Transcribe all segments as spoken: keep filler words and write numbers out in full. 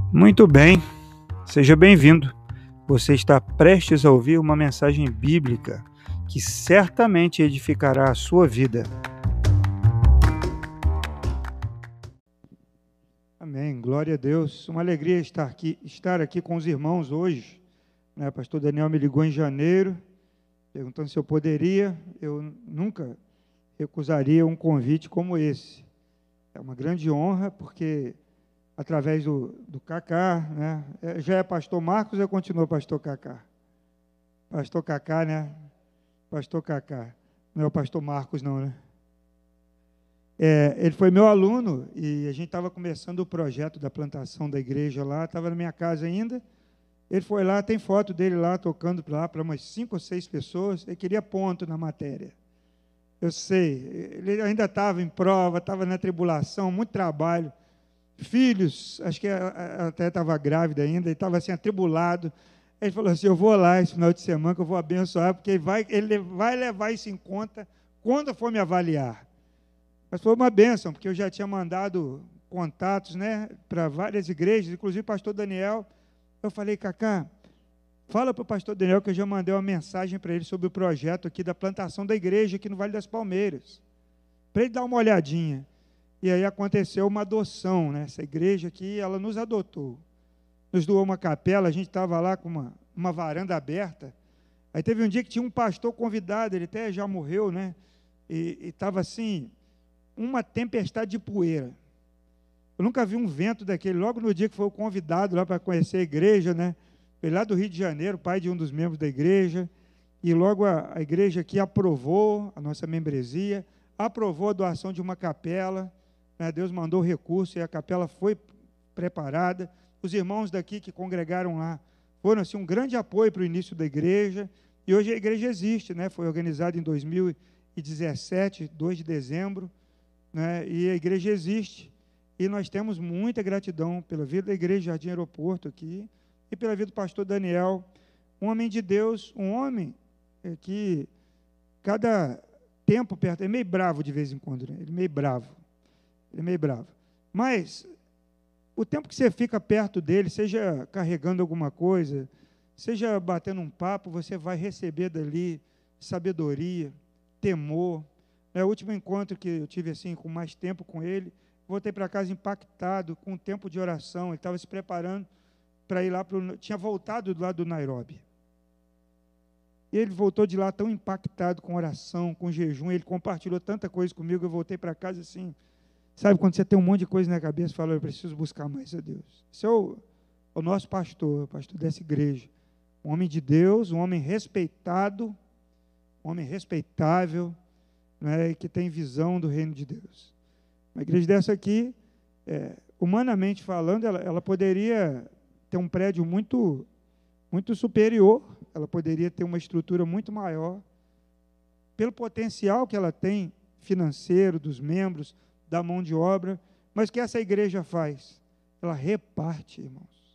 Muito bem, seja bem-vindo. Você está prestes a ouvir uma mensagem bíblica que certamente edificará a sua vida. Amém, glória a Deus. Uma alegria estar aqui, estar aqui com os irmãos hoje. Né? Pastor Daniel me ligou em janeiro, perguntando se eu poderia. Eu nunca recusaria um convite como esse. É uma grande honra, porque através do, do Cacá, né? Já é pastor Marcos ou continua pastor Cacá? Pastor Cacá, né? Pastor Cacá. Não é o pastor Marcos, não, né? É, ele foi meu aluno e a gente estava começando o projeto da plantação da igreja lá, estava na minha casa ainda. Ele foi lá, tem foto dele lá, tocando lá para umas cinco ou seis pessoas. Ele queria ponto na matéria. Eu sei, ele ainda estava em prova, estava na tribulação, muito trabalho. Filhos, acho que ela até estava grávida ainda, ele estava assim, atribulado. Ele falou assim, eu vou lá esse final de semana, que eu vou abençoar, porque ele vai, ele vai levar isso em conta quando for me avaliar. Mas foi uma bênção, porque eu já tinha mandado contatos, né, para várias igrejas, inclusive o pastor Daniel. Eu falei, Cacá, fala para o pastor Daniel que eu já mandei uma mensagem para ele sobre o projeto aqui da plantação da igreja aqui no Vale das Palmeiras, para ele dar uma olhadinha. E aí aconteceu uma adoção, né? Essa igreja aqui, ela nos adotou. Nos doou uma capela, a gente estava lá com uma, uma varanda aberta. Aí teve um dia que tinha um pastor convidado, ele até já morreu, né? E estava assim, uma tempestade de poeira. Eu nunca vi um vento daquele, logo no dia que foi o convidado lá para conhecer a igreja, né? Ele lá do Rio de Janeiro, pai de um dos membros da igreja, e logo a, a igreja aqui aprovou a nossa membresia, aprovou a doação de uma capela. Deus mandou recurso e a capela foi preparada. Os irmãos daqui que congregaram lá foram assim, um grande apoio para o início da igreja. E hoje a igreja existe, né? Foi organizada em dois mil e dezessete, dois de dezembro, né? E a igreja existe. E nós temos muita gratidão pela vida da igreja Jardim Aeroporto aqui e pela vida do pastor Daniel, um homem de Deus, um homem que cada tempo perto, é meio bravo de vez em quando, né? Ele é meio bravo. Ele é meio bravo. Mas o tempo que você fica perto dele, seja carregando alguma coisa, seja batendo um papo, você vai receber dali sabedoria, temor. É o último encontro que eu tive assim com mais tempo com ele, voltei para casa impactado com o tempo de oração. Ele estava se preparando para ir lá para o... Tinha voltado do lado do Nairobi. E ele voltou de lá tão impactado com oração, com jejum. Ele compartilhou tanta coisa comigo. Eu voltei para casa assim... Sabe, quando você tem um monte de coisa na cabeça, fala, eu preciso buscar mais a Deus. Esse é o, o nosso pastor, o pastor dessa igreja. Um homem de Deus, um homem respeitado, um homem respeitável, né, que tem visão do reino de Deus. Uma igreja dessa aqui, é, humanamente falando, ela, ela poderia ter um prédio muito, muito superior, ela poderia ter uma estrutura muito maior, pelo potencial que ela tem financeiro, dos membros, da mão de obra, mas o que essa igreja faz? Ela reparte, irmãos.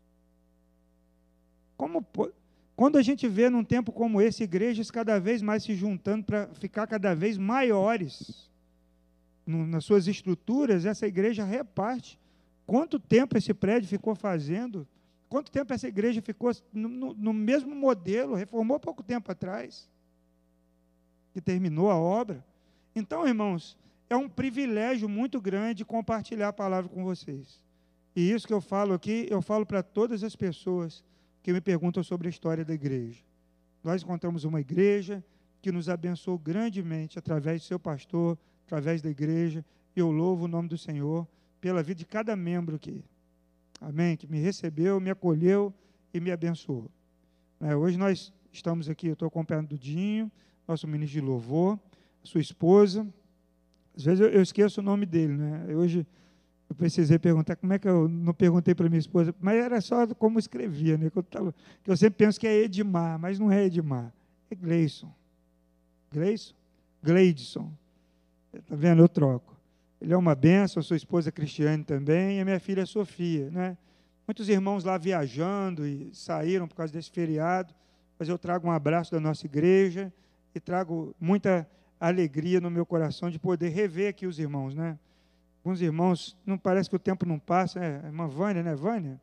Como, quando a gente vê num tempo como esse, igrejas cada vez mais se juntando para ficar cada vez maiores no, nas suas estruturas, essa igreja reparte. Quanto tempo esse prédio ficou fazendo? Quanto tempo essa igreja ficou no, no, no mesmo modelo? Reformou pouco tempo atrás, que terminou a obra. Então, irmãos, é um privilégio muito grande compartilhar a palavra com vocês. E isso que eu falo aqui, eu falo para todas as pessoas que me perguntam sobre a história da igreja. Nós encontramos uma igreja que nos abençoou grandemente através do seu pastor, através da igreja, e eu louvo o nome do Senhor pela vida de cada membro aqui. Amém? Que me recebeu, me acolheu e me abençoou. É, hoje nós estamos aqui, eu estou acompanhando do Dinho, nosso ministro de louvor, sua esposa. Às vezes eu, eu esqueço o nome dele, né? Hoje eu precisei perguntar, como é que eu não perguntei para minha esposa, mas era só como escrevia, né? Que eu, tava, que eu sempre penso que é Edmar, mas não é Edmar, é Gleison. Gleison? Gleidson. Está vendo? Eu troco. Ele é uma bênção, a sua esposa Cristiane também, e a minha filha Sofia, né? Muitos irmãos lá viajando e saíram por causa desse feriado, mas eu trago um abraço da nossa igreja e trago muita alegria no meu coração de poder rever aqui os irmãos, né? Alguns irmãos, não parece que o tempo não passa, né? A irmã Vânia, né, Vânia?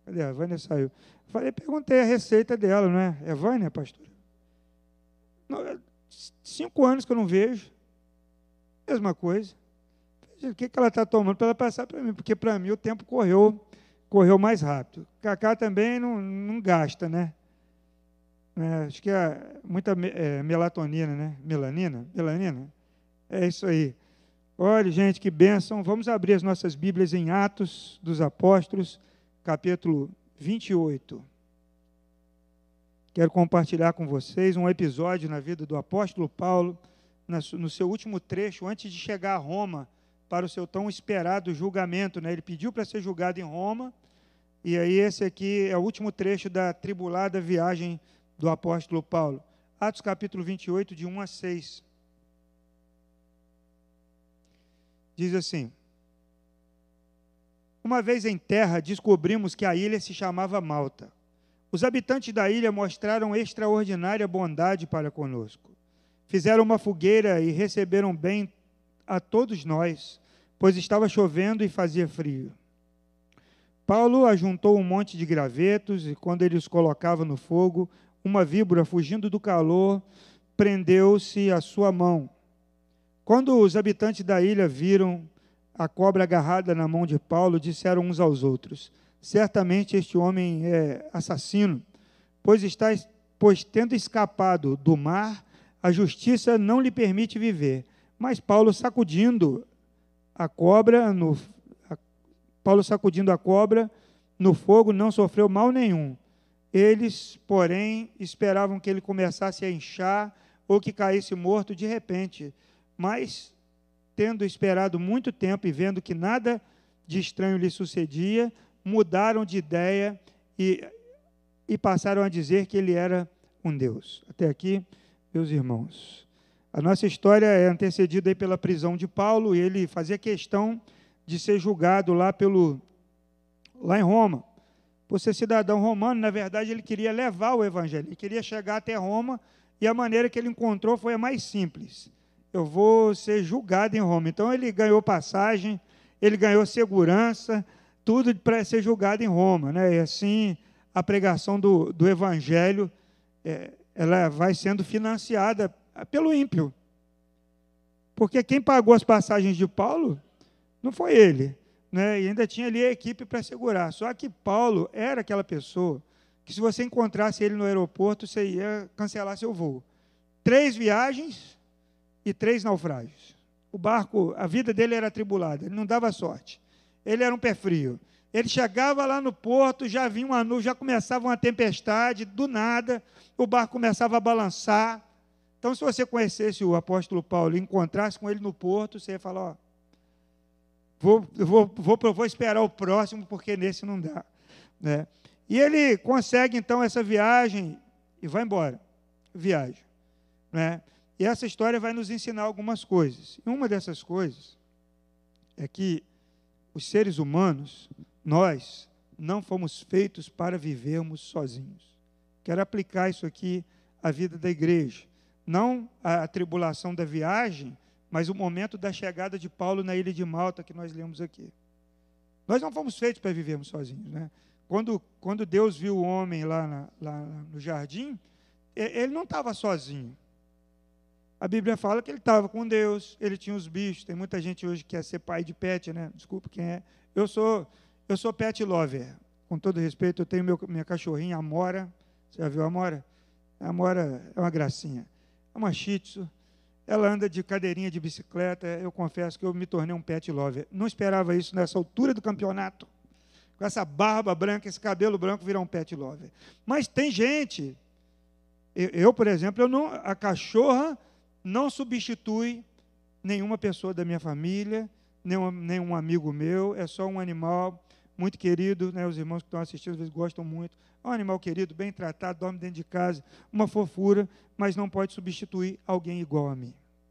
Cadê? A Vânia saiu. Falei, perguntei a receita dela, não é? É Vânia, pastor? Não, cinco anos que eu não vejo. Mesma coisa. O que, que ela está tomando para ela passar para mim? Porque para mim o tempo correu, correu mais rápido. Cacá também não, não gasta, né? É, acho que é muita é, melatonina, né? Melanina? Melanina? É isso aí. Olha, gente, que bênção. Vamos abrir as nossas Bíblias em Atos dos Apóstolos, capítulo vinte e oito. Quero compartilhar com vocês um episódio na vida do apóstolo Paulo, no seu último trecho, antes de chegar a Roma, para o seu tão esperado julgamento, né? Ele pediu para ser julgado em Roma, e aí esse aqui é o último trecho da tribulada viagem do apóstolo Paulo. Atos capítulo vinte e oito, de um a seis. Diz assim: uma vez em terra, descobrimos que a ilha se chamava Malta. Os habitantes da ilha mostraram extraordinária bondade para conosco. Fizeram uma fogueira e receberam bem a todos nós, pois estava chovendo e fazia frio. Paulo ajuntou um monte de gravetos e, quando ele os colocava no fogo, uma víbora, fugindo do calor, prendeu-se à sua mão. Quando os habitantes da ilha viram a cobra agarrada na mão de Paulo, disseram uns aos outros: certamente este homem é assassino, pois, está, pois tendo escapado do mar, a justiça não lhe permite viver. Mas Paulo sacudindo a cobra no, a, Paulo sacudindo a cobra no fogo não sofreu mal nenhum. Eles, porém, esperavam que ele começasse a inchar ou que caísse morto de repente. Mas, tendo esperado muito tempo e vendo que nada de estranho lhe sucedia, mudaram de ideia e, e passaram a dizer que ele era um Deus. Até aqui, meus irmãos. A nossa história é antecedida aí pela prisão de Paulo, e ele fazia questão de ser julgado lá, pelo, lá em Roma. Por ser cidadão romano, na verdade, ele queria levar o evangelho, ele queria chegar até Roma, e a maneira que ele encontrou foi a mais simples: eu vou ser julgado em Roma. Então, ele ganhou passagem, ele ganhou segurança, tudo para ser julgado em Roma, né? E assim, a pregação do, do evangelho, é, ela vai sendo financiada pelo ímpio. Porque quem pagou as passagens de Paulo não foi ele, né? E ainda tinha ali a equipe para segurar. Só que Paulo era aquela pessoa que, se você encontrasse ele no aeroporto, você ia cancelar seu voo. Três viagens e três naufrágios. O barco, a vida dele era atribulada, ele não dava sorte. Ele era um pé frio. Ele chegava lá no porto, já vinha uma nuvem, já começava uma tempestade, do nada, o barco começava a balançar. Então, se você conhecesse o apóstolo Paulo e encontrasse com ele no porto, você ia falar: ó, vou, vou, vou, vou esperar o próximo, porque nesse não dá, né? E ele consegue, então, essa viagem e vai embora. Viagem, né? E essa história vai nos ensinar algumas coisas. E uma dessas coisas é que os seres humanos, nós, não fomos feitos para vivermos sozinhos. Quero aplicar isso aqui à vida da igreja. Não a tribulação da viagem, mas o momento da chegada de Paulo na ilha de Malta, que nós lemos aqui. Nós não fomos feitos para vivermos sozinhos, né? Quando, quando Deus viu o homem lá, na, lá no jardim, ele não estava sozinho. A Bíblia fala que ele estava com Deus, ele tinha os bichos. Tem muita gente hoje que quer ser pai de pet, né? Desculpa quem é. Eu sou, eu sou pet lover. Com todo respeito, eu tenho meu, minha cachorrinha, a Amora. Você já viu a Amora? A Amora é uma gracinha. É uma shih tzu. Ela anda de cadeirinha de bicicleta. Eu confesso que eu me tornei um pet lover. Não esperava isso nessa altura do campeonato. Com essa barba branca, esse cabelo branco, virar um pet lover. Mas tem gente... Eu, eu por exemplo, eu não, a cachorra não substitui nenhuma pessoa da minha família, nenhum, nenhum amigo meu, é só um animal muito querido, né? Os irmãos que estão assistindo às vezes gostam muito. É um animal querido, bem tratado, dorme dentro de casa, uma fofura, mas não pode substituir alguém igual a mim.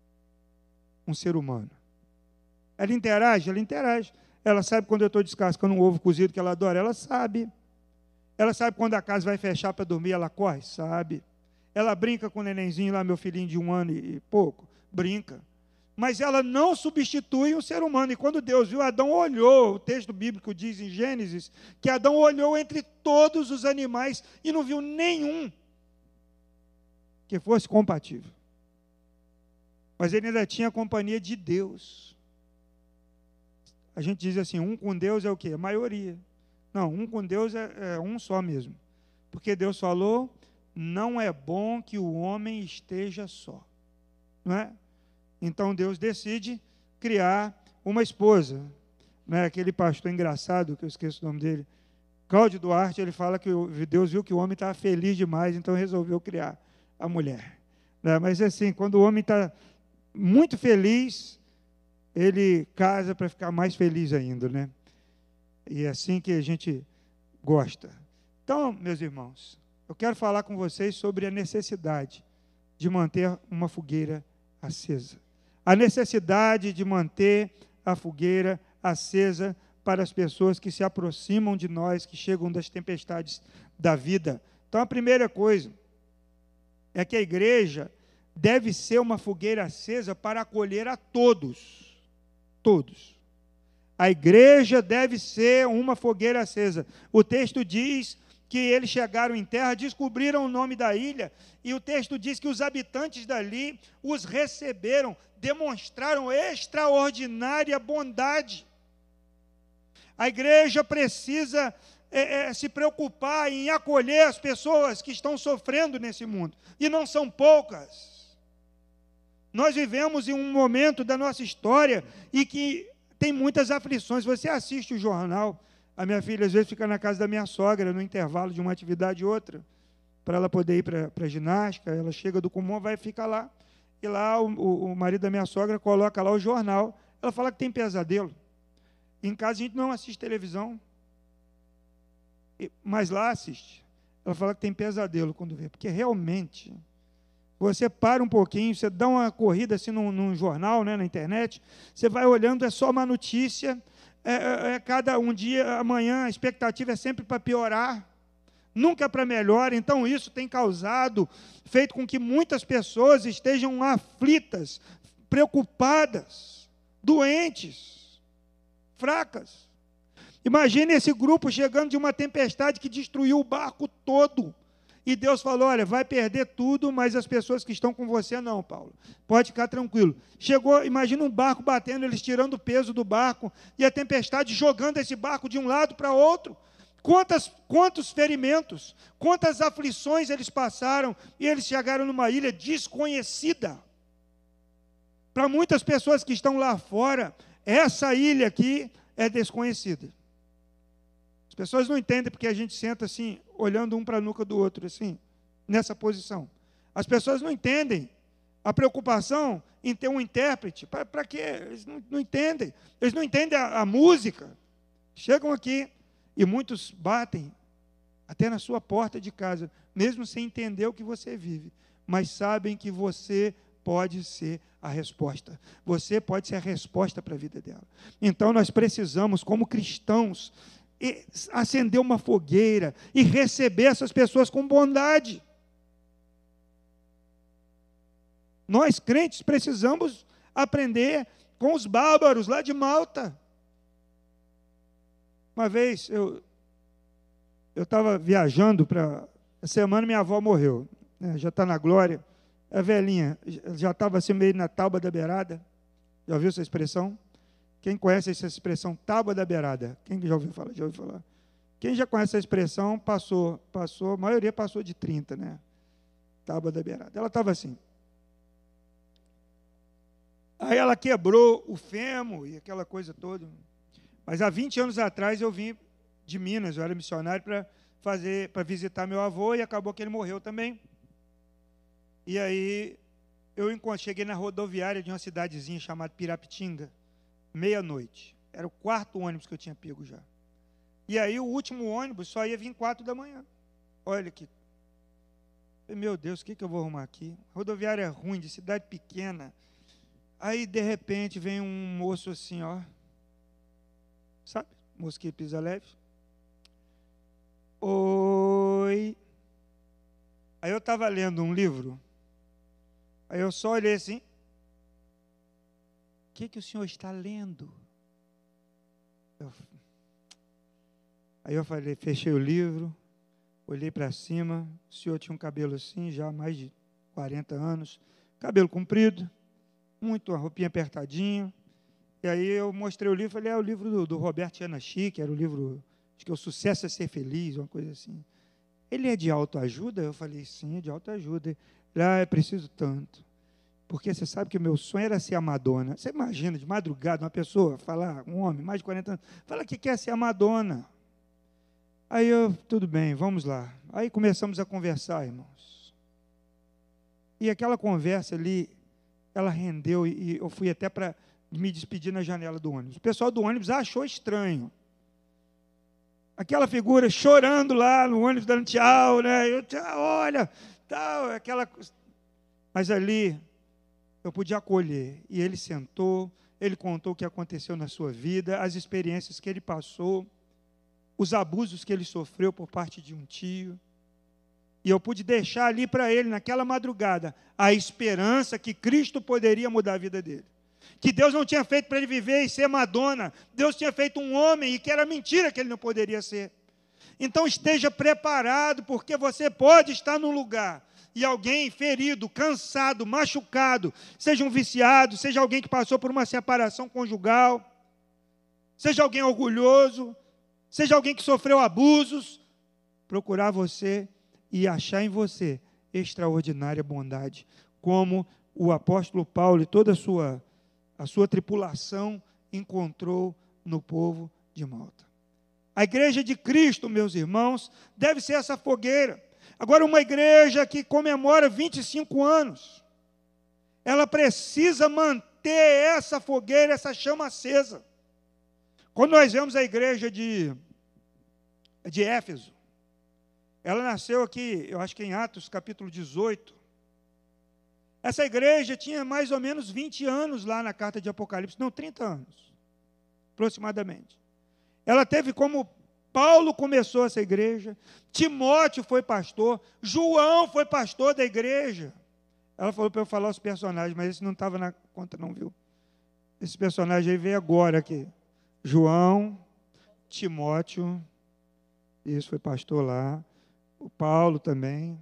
Um ser humano. Ela interage? Ela interage. Ela sabe quando eu estou descascando um ovo cozido que ela adora? Ela sabe. Ela sabe quando a casa vai fechar para dormir, ela corre? Sabe. Ela brinca com o nenenzinho lá, meu filhinho de um ano e pouco, brinca. mas ela não substitui o ser humano. E quando Deus viu, Adão olhou, o texto bíblico diz em Gênesis, que Adão olhou entre todos os animais e não viu nenhum que fosse compatível. Mas ele ainda tinha a companhia de Deus. A gente diz assim, um com Deus é o quê? A maioria. Não, um com Deus é, é um só mesmo. Porque Deus falou, não é bom que o homem esteja só. Não é? Então Deus decide criar uma esposa. Não é? Aquele pastor engraçado, que eu esqueço o nome dele, Cláudio Duarte, ele fala que Deus viu que o homem estava feliz demais, então resolveu criar a mulher. Não é? Mas assim, quando o homem está muito feliz, ele casa para ficar mais feliz ainda, né? E é assim que a gente gosta. Então, meus irmãos, eu quero falar com vocês sobre a necessidade de manter uma fogueira acesa. A necessidade de manter a fogueira acesa para as pessoas que se aproximam de nós, que chegam das tempestades da vida. Então, a primeira coisa é que a igreja deve ser uma fogueira acesa para acolher a todos. Todos. A igreja deve ser uma fogueira acesa. O texto diz que eles chegaram em terra, descobriram o nome da ilha, e o texto diz que os habitantes dali os receberam, demonstraram extraordinária bondade. A igreja precisa é, é, se preocupar em acolher as pessoas que estão sofrendo nesse mundo, e não são poucas. Nós vivemos em um momento da nossa história e que tem muitas aflições. Você assiste o jornal, a minha filha às vezes fica na casa da minha sogra, no intervalo de uma atividade e outra, para ela poder ir para a ginástica, ela chega do comum, vai ficar lá, e lá o, o, o marido da minha sogra coloca lá o jornal, ela fala que tem pesadelo. Em casa a gente não assiste televisão, mas lá assiste. Ela fala que tem pesadelo quando vê, porque realmente, você para um pouquinho, você dá uma corrida assim num, num jornal, né, na internet, você vai olhando, é só uma notícia, é, é, é cada um dia, amanhã, a expectativa é sempre para piorar, nunca para melhor. Então isso tem causado, feito com que muitas pessoas estejam aflitas, preocupadas, doentes, fracas. Imagine esse grupo chegando de uma tempestade que destruiu o barco todo. E Deus falou, olha, vai perder tudo, mas as pessoas que estão com você não, Paulo. Pode ficar tranquilo. Chegou, imagina um barco batendo, eles tirando o peso do barco, e a tempestade jogando esse barco de um lado para outro. Quantas, quantos ferimentos, quantas aflições eles passaram, e eles chegaram numa ilha desconhecida. Para muitas pessoas que estão lá fora, essa ilha aqui é desconhecida. As pessoas não entendem porque a gente senta assim, olhando um para a nuca do outro, assim, nessa posição. As pessoas não entendem a preocupação em ter um intérprete. Para quê? Eles não, não entendem. Eles não entendem a, a música. Chegam aqui e muitos batem até na sua porta de casa, mesmo sem entender o que você vive, mas sabem que você pode ser a resposta. Você pode ser a resposta para a vida dela. Então nós precisamos, como cristãos, acender uma fogueira e receber essas pessoas com bondade. Nós, crentes, precisamos aprender com os bárbaros lá de Malta. Uma vez, eu eu estava viajando para... Essa semana minha avó morreu, né, já está na glória, é velhinha, já estava assim meio na tábua da beirada. Já ouviu essa expressão? Quem conhece essa expressão, tábua da beirada? Quem já ouviu falar? Já ouviu falar? Quem já conhece essa expressão, passou, passou, a maioria passou de trinta, né? Tábua da beirada. Ela estava assim. Aí ela quebrou o fêmur e aquela coisa toda. Mas há vinte anos atrás eu vim de Minas, eu era missionário para fazer, para visitar meu avô, e acabou que ele morreu também. E aí eu cheguei na rodoviária de uma cidadezinha chamada Pirapitinga, meia-noite. Era o quarto ônibus que eu tinha pego já. E aí o último ônibus só ia vir quatro da manhã. Olha aqui. Meu Deus, o que, que eu vou arrumar aqui? Rodoviária ruim, de cidade pequena. Aí, de repente, vem um moço assim, ó. Sabe? Moço que pisa leve. Oi. Aí eu estava lendo um livro. Aí eu só olhei assim. que, que o senhor está lendo? Eu, aí eu falei, fechei o livro, olhei para cima, o senhor tinha um cabelo assim, já há mais de quarenta anos, cabelo comprido, muito, uma roupinha apertadinha. E aí eu mostrei o livro, falei, é o livro do, do Roberto Chanachi, que era o livro, acho que é O Sucesso é Ser Feliz, uma coisa assim. Ele é de autoajuda? Eu falei, sim, é de autoajuda. Ele, ah, é preciso tanto. Porque você sabe que o meu sonho era ser a Madonna. Você imagina, de madrugada, uma pessoa falar, um homem, mais de quarenta anos, fala que quer ser a Madonna. Aí eu, tudo bem, vamos lá. Aí começamos a conversar, irmãos. E aquela conversa ali, ela rendeu, e eu fui até para me despedir na janela do ônibus. O pessoal do ônibus achou estranho. Aquela figura chorando lá no ônibus, dando tchau, né? Eu, tchau, olha, tal, aquela... Mas ali, eu pude acolher. E ele sentou, ele contou o que aconteceu na sua vida, as experiências que ele passou, os abusos que ele sofreu por parte de um tio. E eu pude deixar ali para ele, naquela madrugada, a esperança que Cristo poderia mudar a vida dele. Que Deus não tinha feito para ele viver e ser Madonna. Deus tinha feito um homem e que era mentira que ele não poderia ser. Então esteja preparado, porque você pode estar num lugar e alguém ferido, cansado, machucado, seja um viciado, seja alguém que passou por uma separação conjugal, seja alguém orgulhoso, seja alguém que sofreu abusos, procurar você e achar em você extraordinária bondade, como o apóstolo Paulo e toda a sua a sua tripulação encontrou no povo de Malta. A igreja de Cristo, meus irmãos, deve ser essa fogueira. Agora, uma igreja que comemora vinte e cinco anos, ela precisa manter essa fogueira, essa chama acesa. Quando nós vemos a igreja de, de Éfeso, ela nasceu aqui, eu acho que em Atos, capítulo dezoito, essa igreja tinha mais ou menos vinte anos lá na carta de Apocalipse, não, trinta anos, aproximadamente. Ela teve como Paulo começou essa igreja, Timóteo foi pastor, João foi pastor da igreja. Ela falou para eu falar os personagens, mas esse não estava na conta não, viu? Esse personagem aí veio agora aqui. João, Timóteo, isso foi pastor lá, o Paulo também.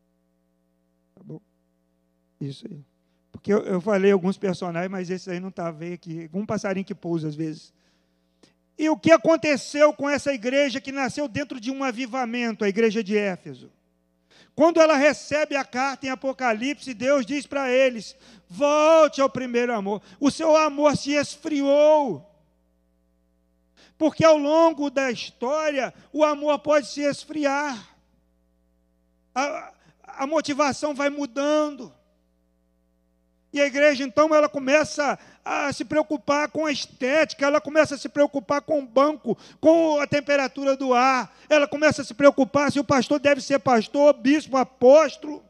Tá bom? Isso aí. Porque eu, eu falei alguns personagens, mas esse aí não estava, veio aqui. Um passarinho que pousa às vezes. E o que aconteceu com essa igreja que nasceu dentro de um avivamento, a igreja de Éfeso? Quando ela recebe a carta em Apocalipse, Deus diz para eles, volte ao primeiro amor. O seu amor se esfriou. Porque ao longo da história, o amor pode se esfriar. A, a motivação vai mudando. E a igreja, então, ela começa a se preocupar com a estética, ela começa a se preocupar com o banco, com a temperatura do ar, ela começa a se preocupar se o pastor deve ser pastor, bispo, apóstolo,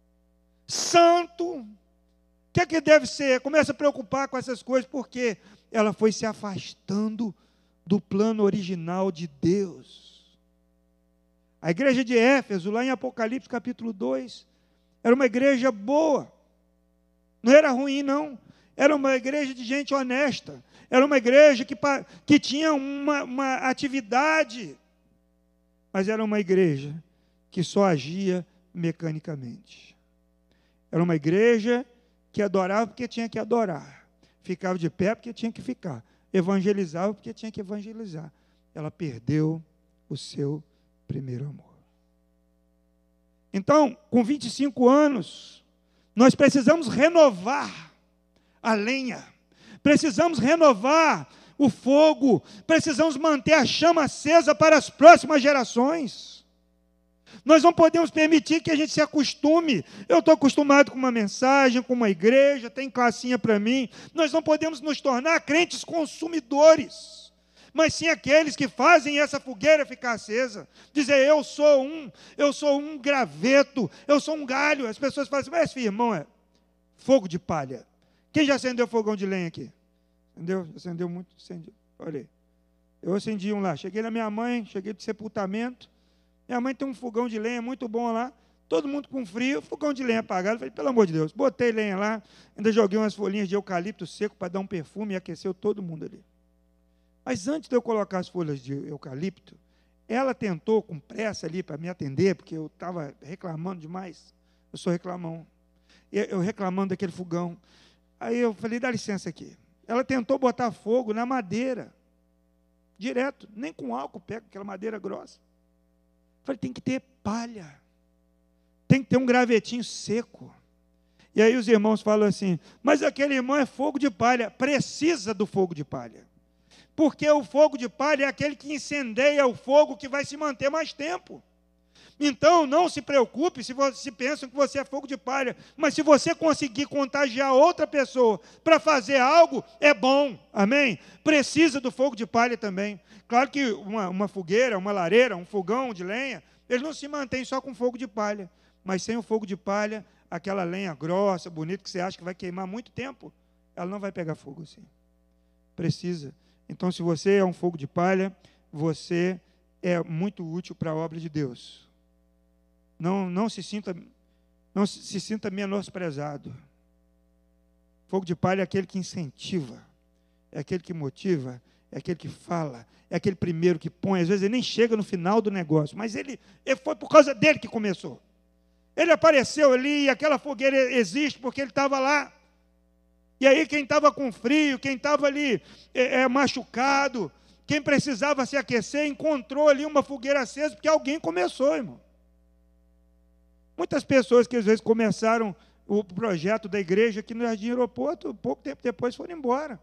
santo. O que é que deve ser? Começa a preocupar com essas coisas, porque ela foi se afastando do plano original de Deus. A igreja de Éfeso, lá em Apocalipse capítulo dois, era uma igreja boa. Não era ruim, não. Era uma igreja de gente honesta. Era uma igreja que, que tinha uma, uma atividade. Mas era uma igreja que só agia mecanicamente. Era uma igreja que adorava porque tinha que adorar. Ficava de pé porque tinha que ficar. Evangelizava porque tinha que evangelizar. Ela perdeu o seu primeiro amor. Então, com vinte e cinco anos... nós precisamos renovar a lenha, precisamos renovar o fogo, precisamos manter a chama acesa para as próximas gerações. Nós não podemos permitir que a gente se acostume. Eu estou acostumado com uma mensagem, com uma igreja, tem classinha para mim. Nós não podemos nos tornar crentes consumidores, mas sim aqueles que fazem essa fogueira ficar acesa. Dizer, eu sou um, eu sou um graveto, eu sou um galho. As pessoas falam assim, mas esse irmão é fogo de palha. Quem já acendeu fogão de lenha aqui? Acendeu? Acendeu muito? Acendeu. Olha aí. Eu acendi um lá. Cheguei na minha mãe, cheguei de sepultamento. Minha mãe tem um fogão de lenha muito bom lá. todo mundo com frio, fogão de lenha apagado. Falei, pelo amor de Deus, botei lenha lá, ainda joguei umas folhinhas de eucalipto seco para dar um perfume e aqueceu todo mundo ali. Mas antes de eu colocar as folhas de eucalipto, ela tentou com pressa ali para me atender, porque eu estava reclamando demais. Eu sou reclamão. Eu reclamando daquele fogão. Aí eu falei, dá licença aqui. Ela tentou botar fogo na madeira, direto, nem com álcool pega aquela madeira grossa. Falei, tem que ter palha, tem que ter um gravetinho seco. E aí os irmãos falam assim, mas aquele irmão é fogo de palha. Precisa do fogo de palha, porque o fogo de palha é aquele que incendeia o fogo que vai se manter mais tempo. Então, não se preocupe se, você, se pensam que você é fogo de palha, mas se você conseguir contagiar outra pessoa para fazer algo, é bom, amém? Precisa do fogo de palha também. Claro que uma, uma fogueira, uma lareira, um fogão de lenha, ele não se mantém só com fogo de palha, mas sem o fogo de palha, aquela lenha grossa, bonita, que você acha que vai queimar muito tempo, ela não vai pegar fogo assim. Precisa. Então, se você é um fogo de palha, você é muito útil para a obra de Deus. Não, não, se sinta, não se, se sinta menosprezado. Fogo de palha é aquele que incentiva, é aquele que motiva, é aquele que fala, é aquele primeiro que põe. Às vezes ele nem chega no final do negócio, mas ele, ele foi por causa dele que começou. Ele apareceu ali e aquela fogueira existe porque ele estava lá. E aí quem estava com frio, quem estava ali é, é, machucado, quem precisava se aquecer, encontrou ali uma fogueira acesa porque alguém começou, irmão. Muitas pessoas que às vezes começaram o projeto da igreja aqui no Jardim Aeroporto, pouco tempo depois foram embora.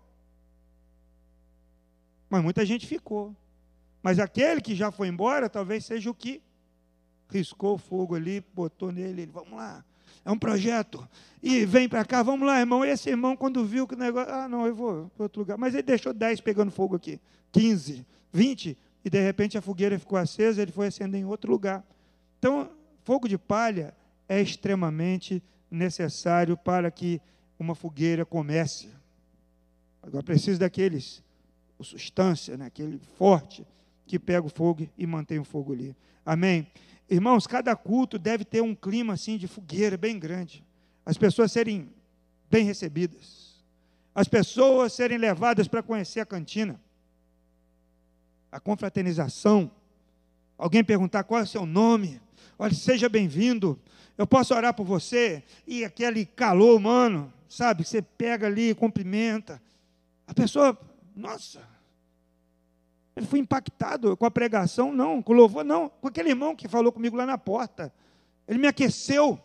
Mas muita gente ficou. Mas aquele que já foi embora, talvez seja o que riscou o fogo ali, botou nele, ele, vamos lá, é um projeto, e vem para cá, vamos lá, irmão. Esse irmão, quando viu que o negócio, ah, não, eu vou para outro lugar. Mas ele deixou dez pegando fogo aqui, quinze, vinte, e de repente a fogueira ficou acesa, ele foi acender em outro lugar. Então, fogo de palha é extremamente necessário para que uma fogueira comece. Agora, precisa daqueles, o substância, né, aquele forte, que pega o fogo e mantém o fogo ali. Amém? Irmãos, cada culto deve ter um clima assim de fogueira bem grande. As pessoas serem bem recebidas. As pessoas serem levadas para conhecer a cantina. A confraternização. Alguém perguntar qual é o seu nome. Olha, seja bem-vindo, eu posso orar por você, e aquele calor humano, sabe, você pega ali, cumprimenta, a pessoa, nossa, eu fui impactado com a pregação, não, com o louvor, não, com aquele irmão que falou comigo lá na porta, ele me aqueceu.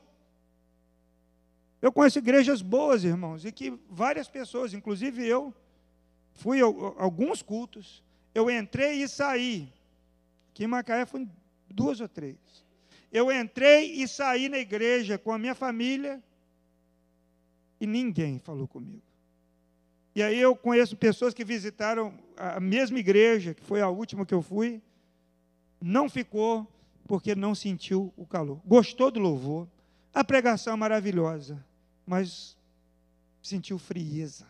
Eu conheço igrejas boas, irmãos, e que várias pessoas, inclusive eu, fui a alguns cultos, eu entrei e saí, aqui em Macaé foi duas ou três. Eu entrei e saí na igreja com a minha família e ninguém falou comigo. E aí eu conheço pessoas que visitaram a mesma igreja, que foi a última que eu fui, não ficou porque não sentiu o calor. Gostou do louvor, a pregação é maravilhosa, mas sentiu frieza.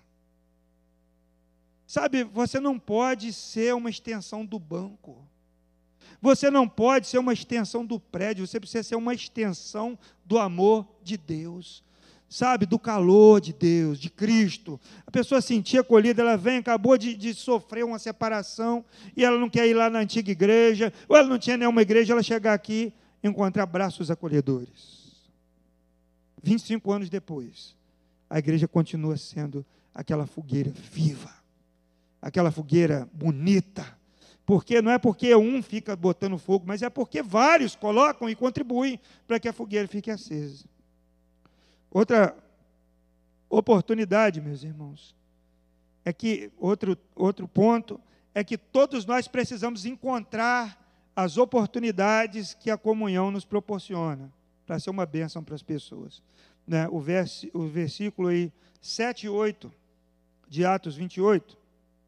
Sabe, você não pode ser uma extensão do banco. Você não pode ser uma extensão do prédio, você precisa ser uma extensão do amor de Deus, sabe, do calor de Deus, de Cristo. A pessoa sentia acolhida, ela vem, acabou de, de sofrer uma separação, e ela não quer ir lá na antiga igreja, ou ela não tinha nenhuma igreja, ela chegar aqui e encontrar braços acolhedores. vinte e cinco anos depois, a igreja continua sendo aquela fogueira viva, aquela fogueira bonita, porque não é porque um fica botando fogo, mas é porque vários colocam e contribuem para que a fogueira fique acesa. Outra oportunidade, meus irmãos, é que, outro, outro ponto, é que todos nós precisamos encontrar as oportunidades que a comunhão nos proporciona, para ser uma bênção para as pessoas. Né? O, vers, o versículo aí, sete e oito, de Atos vinte e oito,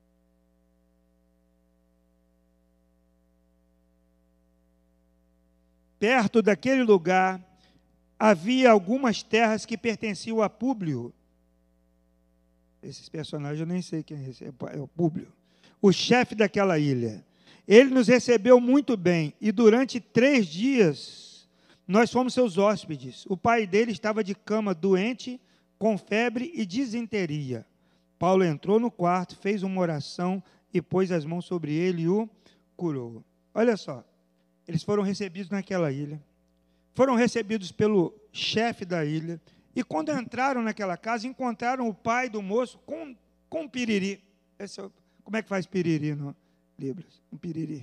perto daquele lugar, havia algumas terras que pertenciam a Públio. Esses personagens eu nem sei quem é, é o Públio. O chefe daquela ilha. Ele nos recebeu muito bem, e durante três dias Nós fomos seus hóspedes. O pai dele estava de cama, doente, com febre e disenteria. Paulo entrou no quarto, fez uma oração e pôs as mãos sobre ele e o curou. Olha só, eles foram recebidos naquela ilha, foram recebidos pelo chefe da ilha, e quando entraram naquela casa, encontraram o pai do moço com, com um piriri. Esse é o, como é que faz piriri no Libras? Um piriri.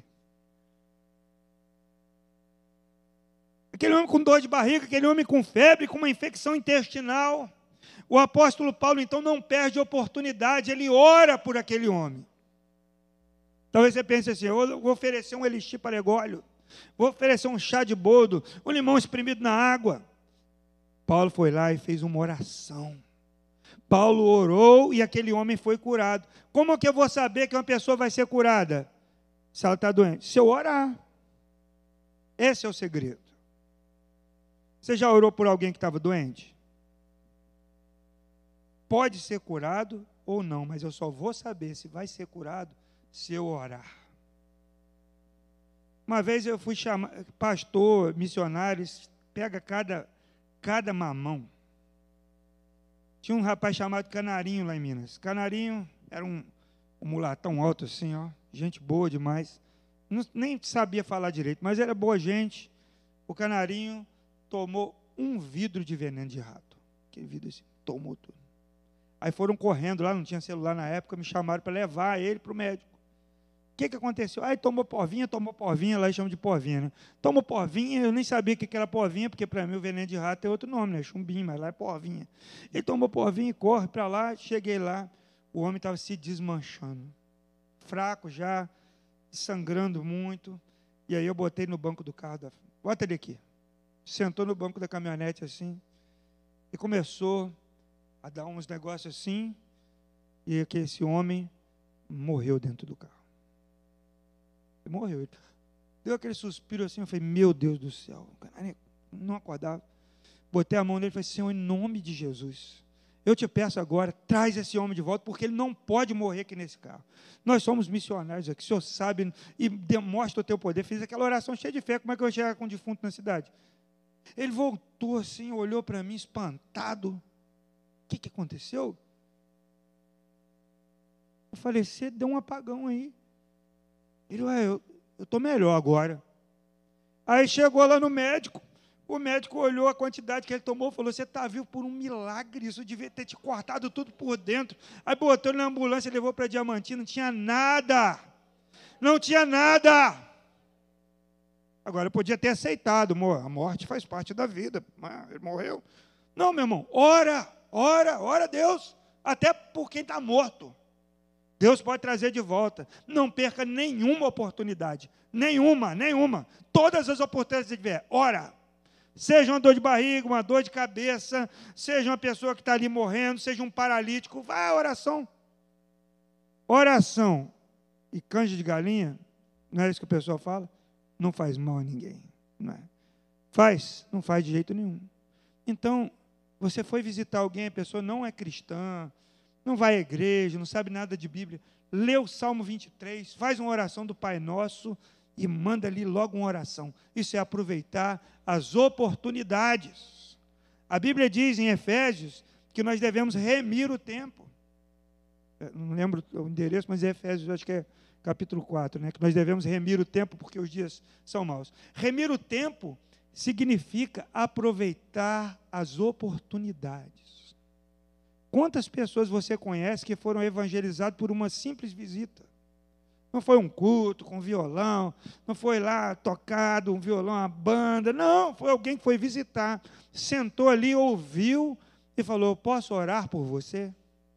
Aquele homem com dor de barriga, aquele homem com febre, com uma infecção intestinal. O apóstolo Paulo, então, não perde oportunidade, ele ora por aquele homem. Talvez você pense assim, eu vou oferecer um elixir para ególio, vou oferecer um chá de boldo, um limão espremido na água. Paulo foi lá e fez uma oração. Paulo orou e aquele homem foi curado. Como é que eu vou saber que uma pessoa vai ser curada? Se ela está doente. Se eu orar. Esse é o segredo. Você já orou por alguém que estava doente? Pode ser curado ou não, mas eu só vou saber se vai ser curado se eu orar. Uma vez eu fui chamar, pastor, missionários, pega cada, cada mamão. Tinha um rapaz chamado Canarinho lá em Minas. Canarinho era um, um mulatão alto assim, ó, gente boa demais. Não, nem sabia falar direito, mas era boa gente. O Canarinho tomou um vidro de veneno de rato. Aquele vidro assim, tomou tudo. Aí foram correndo lá, não tinha celular na época, me chamaram para levar ele para o médico. O que, que aconteceu? Aí tomou porvinha, tomou porvinha, lá eles chamam de porvinha, né? Tomou porvinha, eu nem sabia o que, que era porvinha, porque para mim o veneno de rato é outro nome, né? Chumbinho, mas lá é porvinha. Ele tomou porvinha e corre para lá, cheguei lá, o homem estava se desmanchando. Fraco já, sangrando muito. E aí eu botei no banco do carro, da... bota ele aqui. Sentou no banco da caminhonete assim, e começou a dar uns negócios assim, e que esse homem morreu dentro do carro. Ele morreu. Ele deu aquele suspiro assim, eu falei, meu Deus do céu, o cara não acordava. Botei a mão nele e falei, Senhor, em nome de Jesus, eu te peço agora, traz esse homem de volta, porque ele não pode morrer aqui nesse carro. Nós somos missionários aqui, o Senhor sabe, e demonstra o teu poder. Fiz aquela oração cheia de fé, como é que eu chego com um defunto na cidade? Ele voltou assim, olhou para mim, espantado. O que, que aconteceu? Eu falei, você deu um apagão aí. Ele, ué, eu estou melhor agora. Aí chegou lá no médico, o médico olhou a quantidade que ele tomou, falou, você está vivo por um milagre, isso devia ter te cortado tudo por dentro. Aí botou ele na ambulância, levou para Diamantina, não tinha nada. Não tinha nada. Agora, eu podia ter aceitado, a morte faz parte da vida, mas ele morreu. Não, meu irmão, ora, ora, ora a Deus, até por quem está morto. Deus pode trazer de volta. Não perca nenhuma oportunidade. Nenhuma, nenhuma. Todas as oportunidades que tiver, ora. Seja uma dor de barriga, uma dor de cabeça, seja uma pessoa que está ali morrendo, seja um paralítico, vai à oração. Oração e canja de galinha, não é isso que o pessoal fala? Não faz mal a ninguém. Não é? Faz? Não faz de jeito nenhum. Então, você foi visitar alguém, a pessoa não é cristã, não vai à igreja, não sabe nada de Bíblia, lê o Salmo vinte e três, faz uma oração do Pai Nosso e manda ali logo uma oração. Isso é aproveitar as oportunidades. A Bíblia diz em Efésios que nós devemos remir o tempo. Eu não lembro o endereço, mas é Efésios, acho que é capítulo quatro, né? Que nós devemos remir o tempo porque os dias são maus. Remir o tempo significa aproveitar as oportunidades. Quantas pessoas você conhece que foram evangelizadas por uma simples visita? Não foi um culto com violão, não foi lá tocado um violão, uma banda, não, foi alguém que foi visitar, sentou ali, ouviu e falou, posso orar por você?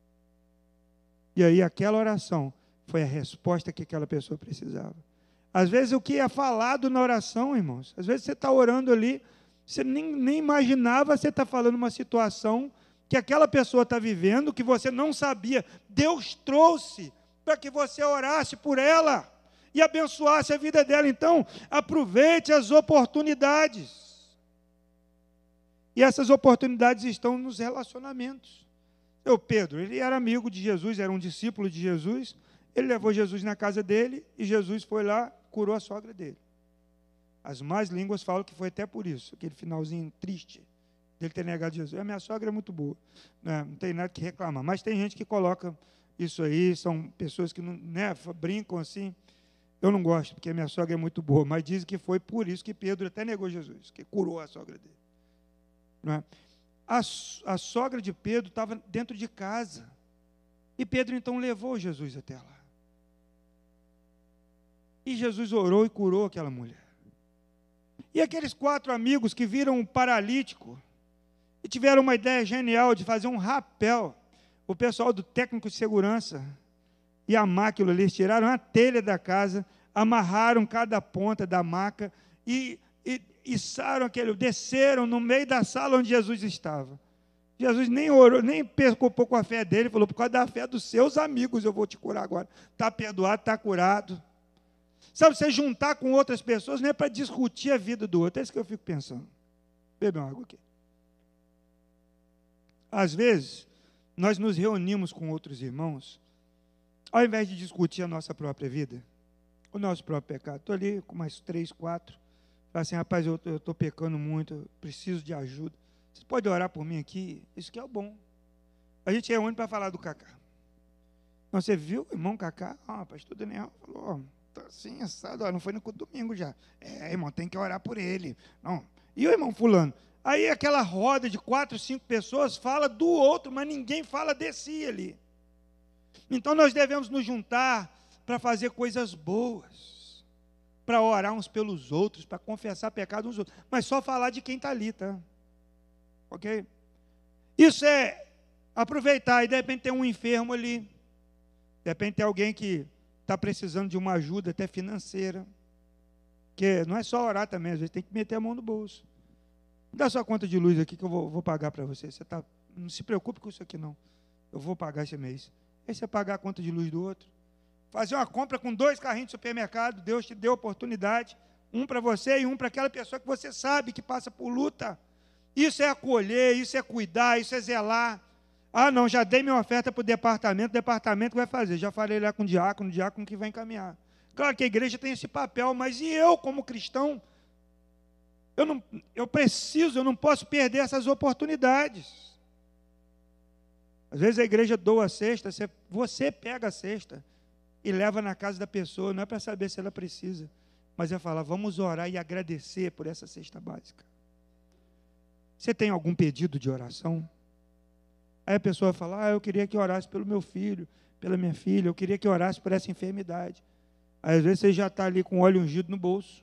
E aí aquela oração foi a resposta que aquela pessoa precisava. Às vezes o que é falado na oração, irmãos, às vezes você está orando ali, você nem, nem imaginava, você está falando uma situação que aquela pessoa está vivendo, que você não sabia, Deus trouxe para que você orasse por ela e abençoasse a vida dela. Então, aproveite as oportunidades. E essas oportunidades estão nos relacionamentos. O Pedro, ele era amigo de Jesus, era um discípulo de Jesus, ele levou Jesus na casa dele e Jesus foi lá, curou a sogra dele. As más línguas falam que foi até por isso, aquele finalzinho triste dele ter negado Jesus. A minha sogra é muito boa, né? Não tem nada que reclamar. Mas tem gente que coloca isso aí, são pessoas que não, né, brincam assim. Eu não gosto, porque a minha sogra é muito boa, mas dizem que foi por isso que Pedro até negou Jesus, que curou a sogra dele. Não é? a, a sogra de Pedro estava dentro de casa. E Pedro então levou Jesus até lá. E Jesus orou e curou aquela mulher. E aqueles quatro amigos que viram um paralítico e tiveram uma ideia genial de fazer um rapel. O pessoal do técnico de segurança e a máquina, eles tiraram a telha da casa, amarraram cada ponta da maca e, e içaram aquele, desceram no meio da sala onde Jesus estava. Jesus nem orou, nem preocupou com a fé dele, falou, por causa da fé dos seus amigos eu vou te curar agora. Está perdoado, está curado. Sabe, você juntar com outras pessoas não é para discutir a vida do outro. É isso que eu fico pensando. Bebe uma água aqui. Às vezes, nós nos reunimos com outros irmãos, ao invés de discutir a nossa própria vida, o nosso próprio pecado. Estou ali com mais três, quatro. Falo assim, rapaz, eu estou pecando muito, eu preciso de ajuda. Você pode orar por mim aqui? Isso que é o bom. A gente reúne para falar do Cacá. Então, você viu o irmão Cacá? Ah, pastor Daniel falou, ó, está assim, assado, ó, não foi no culto domingo já. É, irmão, tem que orar por ele. Não. E o irmão fulano? Aí aquela roda de quatro, cinco pessoas fala do outro, mas ninguém fala de si ali. Então nós devemos nos juntar para fazer coisas boas, para orar uns pelos outros, para confessar pecado uns outros, mas só falar de quem está ali, tá? Ok? Isso é aproveitar, e de repente tem um enfermo ali, de repente tem alguém que está precisando de uma ajuda até financeira, que não é só orar também, às vezes tem que meter a mão no bolso. Dá sua conta de luz aqui que eu vou, vou pagar para você. Você tá, não se preocupe com isso aqui não. Eu vou pagar esse mês. Aí você pagar a conta de luz do outro. Fazer uma compra com dois carrinhos de supermercado, Deus te deu oportunidade, um para você e um para aquela pessoa que você sabe que passa por luta. Isso é acolher, isso é cuidar, isso é zelar. Ah, não, já dei minha oferta para o departamento, o departamento vai fazer. Já falei lá com o diácono, o diácono que vai encaminhar. Claro que a igreja tem esse papel, mas e eu, como cristão, eu, não, eu preciso, eu não posso perder essas oportunidades. Às vezes a igreja doa a cesta, você, você pega a cesta e leva na casa da pessoa, não é para saber se ela precisa, mas é falar, vamos orar e agradecer por essa cesta básica. Você tem algum pedido de oração? Aí a pessoa fala, ah, eu queria que orasse pelo meu filho, pela minha filha, eu queria que orasse por essa enfermidade. Aí, às vezes você já está ali com óleo ungido no bolso.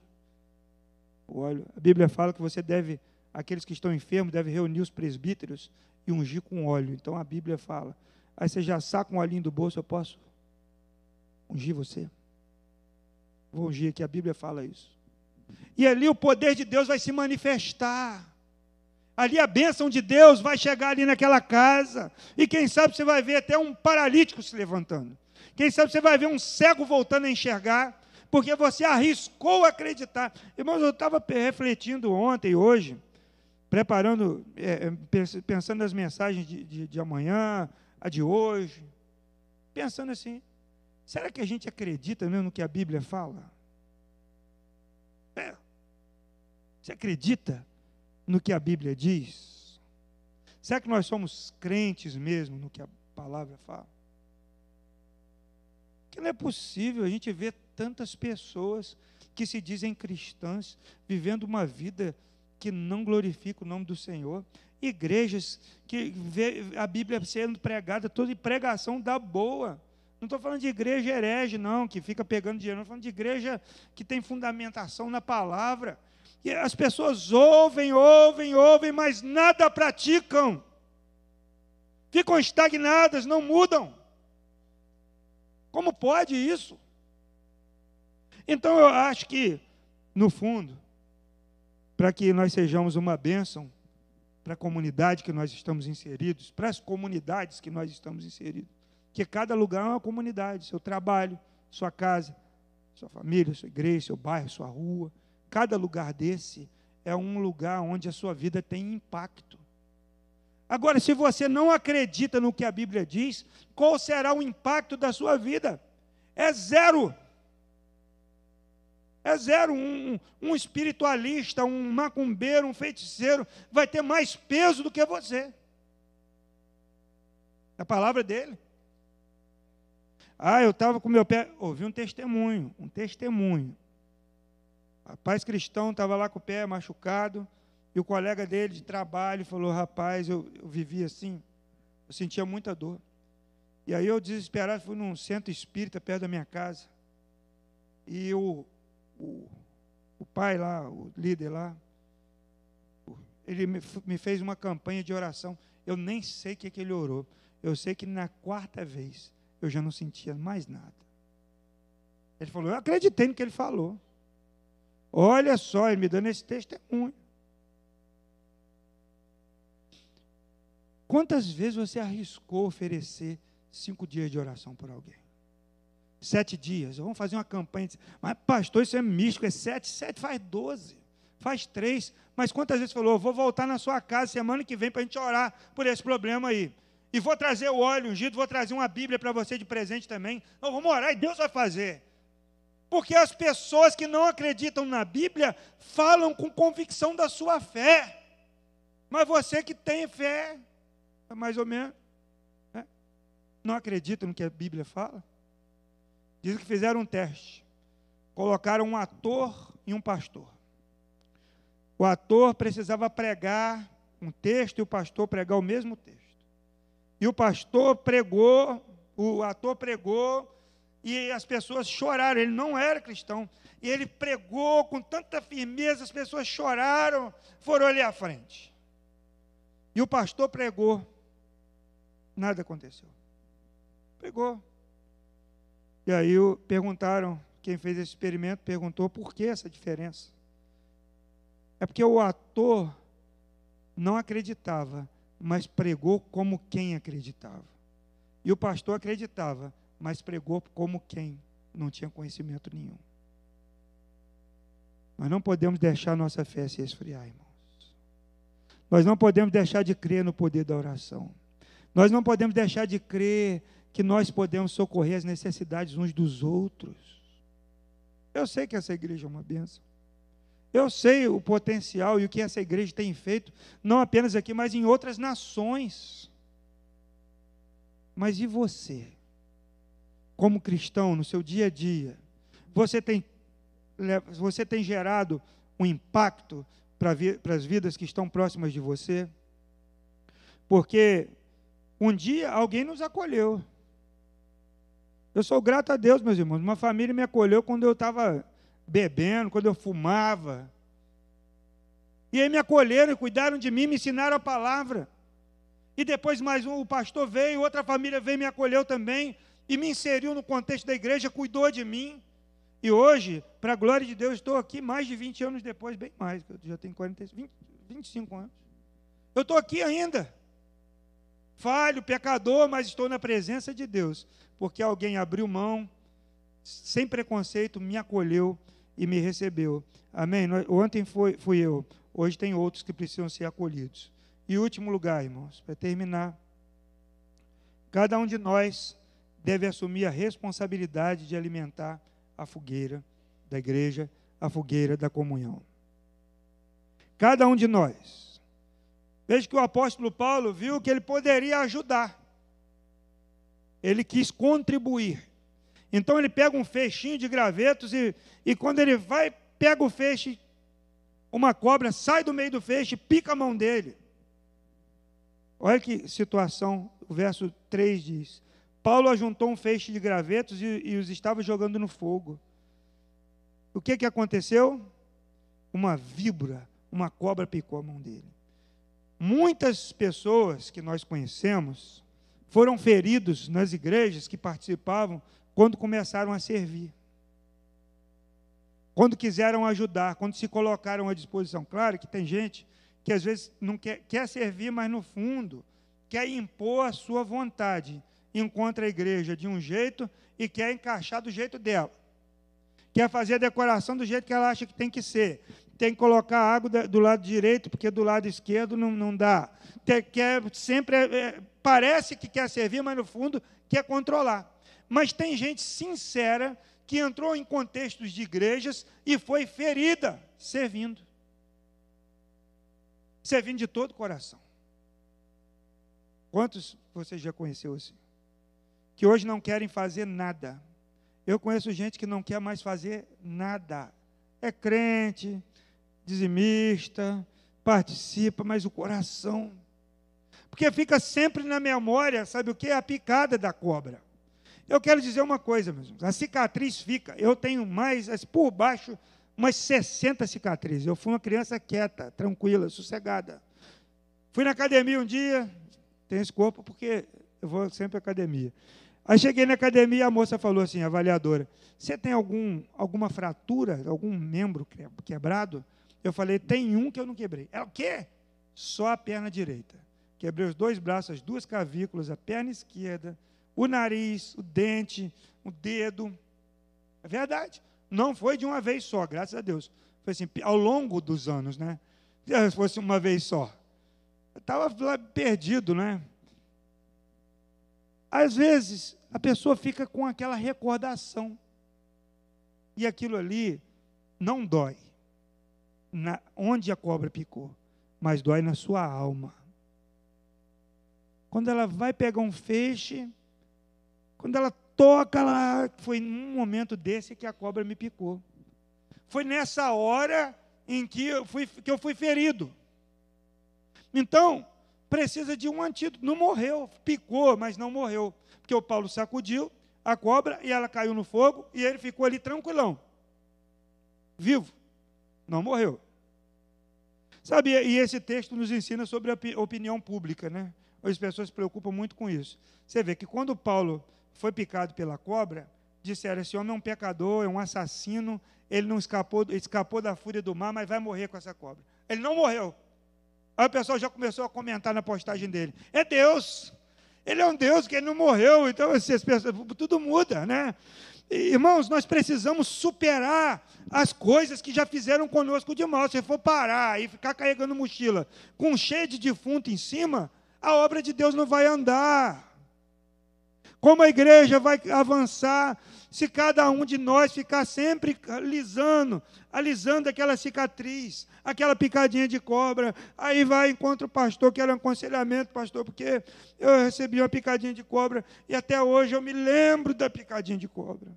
O óleo, a Bíblia fala que você deve, aqueles que estão enfermos, devem reunir os presbíteros e ungir com óleo. Então a Bíblia fala, aí você já saca um olhinho do bolso, eu posso ungir você? Vou ungir aqui, a Bíblia fala isso. E ali o poder de Deus vai se manifestar. Ali a bênção de Deus vai chegar ali naquela casa. E quem sabe você vai ver até um paralítico se levantando. Quem sabe você vai ver um cego voltando a enxergar. Porque você arriscou acreditar. Irmãos, eu estava refletindo ontem e hoje, preparando, é, pensando nas mensagens de, de, de amanhã, a de hoje. Pensando assim, será que a gente acredita mesmo no que a Bíblia fala? É. Você acredita no que a Bíblia diz? Será que nós somos crentes mesmo no que a palavra fala? Porque não é possível a gente ver tantas pessoas que se dizem cristãs, vivendo uma vida que não glorifica o nome do Senhor. Igrejas que vê a Bíblia sendo pregada, toda pregação da boa. Não estou falando de igreja herege, não, que fica pegando dinheiro. Não estou falando de igreja que tem fundamentação na palavra. E as pessoas ouvem, ouvem, ouvem, mas nada praticam. Ficam estagnadas, não mudam. Como pode isso? Então eu acho que, no fundo, para que nós sejamos uma bênção para a comunidade que nós estamos inseridos, para as comunidades que nós estamos inseridos, que cada lugar é uma comunidade, seu trabalho, sua casa, sua família, sua igreja, seu bairro, sua rua, cada lugar desse é um lugar onde a sua vida tem impacto. Agora, se você não acredita no que a Bíblia diz, qual será o impacto da sua vida? É zero. É zero. Um, um espiritualista, um macumbeiro, um feiticeiro vai ter mais peso do que você. A palavra dele. Ah, eu estava com meu pé, ouvi um testemunho, um testemunho. Rapaz cristão estava lá com o pé machucado, e o colega dele de trabalho falou, rapaz, eu, eu vivi assim, eu sentia muita dor. E aí eu, desesperado, fui num centro espírita perto da minha casa. E o, o, o pai lá, o líder lá, ele me, me fez uma campanha de oração. Eu nem sei o que, que ele orou. Eu sei que na quarta vez eu já não sentia mais nada. Ele falou, eu acreditei no que ele falou. Olha só, ele me dando esse testemunho. Quantas vezes você arriscou oferecer cinco dias de oração por alguém? Sete dias, vamos fazer uma campanha. Mas pastor, isso é místico, é sete, sete faz doze, faz três. Mas quantas vezes falou, eu vou voltar na sua casa semana que vem para a gente orar por esse problema aí. E vou trazer o óleo ungido, vou trazer uma Bíblia para você de presente também. Não, vamos orar e Deus vai fazer. Porque as pessoas que não acreditam na Bíblia falam com convicção da sua fé. Mas você que tem fé, mais ou menos, né? Não acredita no que a Bíblia fala? Dizem que fizeram um teste. Colocaram um ator e um pastor. O ator precisava pregar um texto e o pastor pregar o mesmo texto. E o pastor pregou, o ator pregou, e as pessoas choraram. Ele não era cristão. E ele pregou com tanta firmeza, as pessoas choraram, foram ali à frente. E o pastor pregou. Nada aconteceu. Pregou. E aí perguntaram, quem fez esse experimento perguntou por que essa diferença. É porque o ator não acreditava, mas pregou como quem acreditava. E o pastor acreditava, mas pregou como quem não tinha conhecimento nenhum. Nós não podemos deixar nossa fé se esfriar, irmãos. Nós não podemos deixar de crer no poder da oração. Nós não podemos deixar de crer que nós podemos socorrer as necessidades uns dos outros. Eu sei que essa igreja é uma bênção. Eu sei o potencial e o que essa igreja tem feito, não apenas aqui, mas em outras nações. Mas e você? Como cristão, no seu dia a dia, você tem, você tem gerado um impacto para, vi, para as vidas que estão próximas de você? Porque um dia alguém nos acolheu. Eu sou grato a Deus, meus irmãos. Uma família me acolheu quando eu estava bebendo, quando eu fumava. E aí me acolheram e cuidaram de mim, me ensinaram a palavra. E depois mais um, o pastor veio, outra família veio e me acolheu também, e me inseriu no contexto da igreja, cuidou de mim. E hoje, para a glória de Deus, estou aqui mais de vinte anos depois, bem mais, eu já tenho quarenta, vinte, vinte e cinco anos. Eu estou aqui ainda. Falho, pecador, mas estou na presença de Deus, porque alguém abriu mão, sem preconceito, me acolheu e me recebeu. Amém? Ontem foi, fui eu, hoje tem outros que precisam ser acolhidos. E último lugar, irmãos, para terminar, cada um de nós deve assumir a responsabilidade de alimentar a fogueira da igreja, a fogueira da comunhão. Cada um de nós. Veja que o apóstolo Paulo viu que ele poderia ajudar. Ele quis contribuir. Então ele pega um feixinho de gravetos e, e quando ele vai, pega o feixe, uma cobra sai do meio do feixe, pica a mão dele. Olha que situação, o verso três diz. Paulo ajuntou um feixe de gravetos e, e os estava jogando no fogo. O que, que aconteceu? Uma víbora, uma cobra picou a mão dele. Muitas pessoas que nós conhecemos foram feridos nas igrejas que participavam quando começaram a servir. Quando quiseram ajudar, quando se colocaram à disposição. Claro que tem gente que às vezes não quer, quer servir, mas no fundo quer impor a sua vontade. Encontra a igreja de um jeito e quer encaixar do jeito dela. Quer fazer a decoração do jeito que ela acha que tem que ser. Tem que colocar água do lado direito, porque do lado esquerdo não, não dá. Tem, quer, sempre é, parece que quer servir, mas no fundo quer controlar. Mas tem gente sincera que entrou em contextos de igrejas e foi ferida, servindo. Servindo de todo o coração. Quantos você já conheceu assim? Que hoje não querem fazer nada. Eu conheço gente que não quer mais fazer nada. É crente, dizimista, participa, mas o coração... Porque fica sempre na memória, sabe o que? A picada da cobra. Eu quero dizer uma coisa, meus irmãos, a cicatriz fica, eu tenho mais, por baixo, umas sessenta cicatrizes. Eu fui uma criança quieta, tranquila, sossegada. Fui na academia um dia, tenho esse corpo porque eu vou sempre à academia. Aí cheguei na academia e a moça falou assim, a avaliadora, você tem algum, alguma fratura, algum membro quebrado? Eu falei, tem um que eu não quebrei. Ela, o quê? Só a perna direita. Quebrei os dois braços, as duas clavículas, a perna esquerda, o nariz, o dente, o dedo. É verdade. Não foi de uma vez só, graças a Deus. Foi assim, ao longo dos anos, né? Se fosse uma vez só. Eu estava lá perdido, né? Às vezes, a pessoa fica com aquela recordação. E aquilo ali não dói na, onde a cobra picou, mas dói na sua alma. Quando ela vai pegar um feixe, quando ela toca lá, foi num momento desse que a cobra me picou. Foi nessa hora em que eu fui, que eu fui ferido. Então, precisa de um antídoto. Não morreu, picou, mas não morreu. Porque o Paulo sacudiu a cobra e ela caiu no fogo e ele ficou ali tranquilão. Vivo. Não morreu. Sabe, e esse texto nos ensina sobre a opinião pública, né? As pessoas se preocupam muito com isso. Você vê que quando Paulo foi picado pela cobra, disseram, esse homem é um pecador, é um assassino, ele não escapou, escapou da fúria do mar, mas vai morrer com essa cobra. Ele não morreu. Aí o pessoal já começou a comentar na postagem dele. É Deus. Ele é um Deus que ele não morreu. Então, essas pessoas, tudo muda, né? E, irmãos, nós precisamos superar as coisas que já fizeram conosco de mal. Se for parar e ficar carregando mochila com cheio de defunto em cima, a obra de Deus não vai andar. Como a igreja vai avançar se cada um de nós ficar sempre alisando, alisando aquela cicatriz, aquela picadinha de cobra, aí vai encontra o pastor, quero um aconselhamento, pastor, porque eu recebi uma picadinha de cobra e até hoje eu me lembro da picadinha de cobra.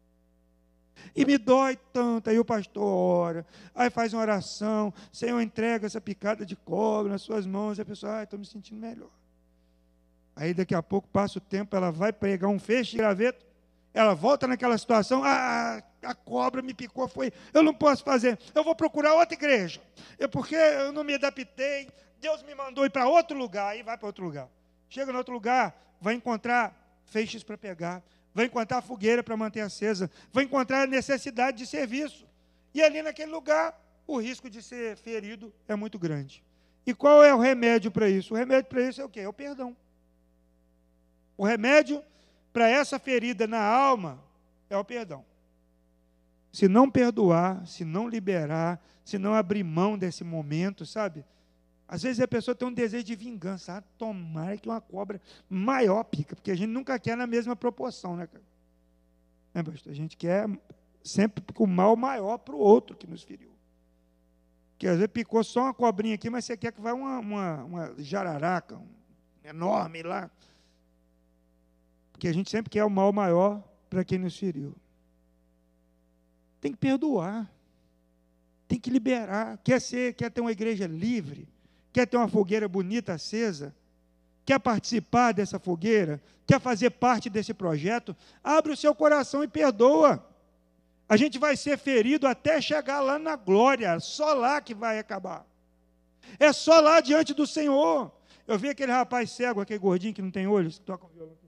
E me dói tanto, aí o pastor ora, aí faz uma oração, Senhor, entrega essa picada de cobra nas suas mãos, e a pessoa, ah, estou me sentindo melhor. Aí daqui a pouco passa o tempo, ela vai pregar um feixe de graveto, ela volta naquela situação, ah, a cobra me picou, foi, eu não posso fazer, eu vou procurar outra igreja, eu, porque eu não me adaptei, Deus me mandou ir para outro lugar, aí vai para outro lugar. Chega no outro lugar, vai encontrar feixes para pegar, vai encontrar fogueira para manter acesa, vai encontrar a necessidade de serviço. E ali naquele lugar, o risco de ser ferido é muito grande. E qual é o remédio para isso? O remédio para isso é o quê? É o perdão. O remédio para essa ferida na alma é o perdão. Se não perdoar, se não liberar, se não abrir mão desse momento, sabe? Às vezes a pessoa tem um desejo de vingança. Ah, tomara que uma cobra maior pica, porque a gente nunca quer na mesma proporção, né, cara? É, pastor? A gente quer sempre o mal maior para o outro que nos feriu. Porque às vezes picou só uma cobrinha aqui, mas você quer que vá uma, uma, uma jararaca, um enorme lá. Porque a gente sempre quer o mal maior para quem nos feriu. Tem que perdoar. Tem que liberar. Quer ser, quer ter uma igreja livre? Quer ter uma fogueira bonita acesa? Quer participar dessa fogueira? Quer fazer parte desse projeto? Abre o seu coração e perdoa. A gente vai ser ferido até chegar lá na glória. Só lá que vai acabar. É só lá diante do Senhor. Eu vi aquele rapaz cego, aquele gordinho que não tem olhos, que toca o violão.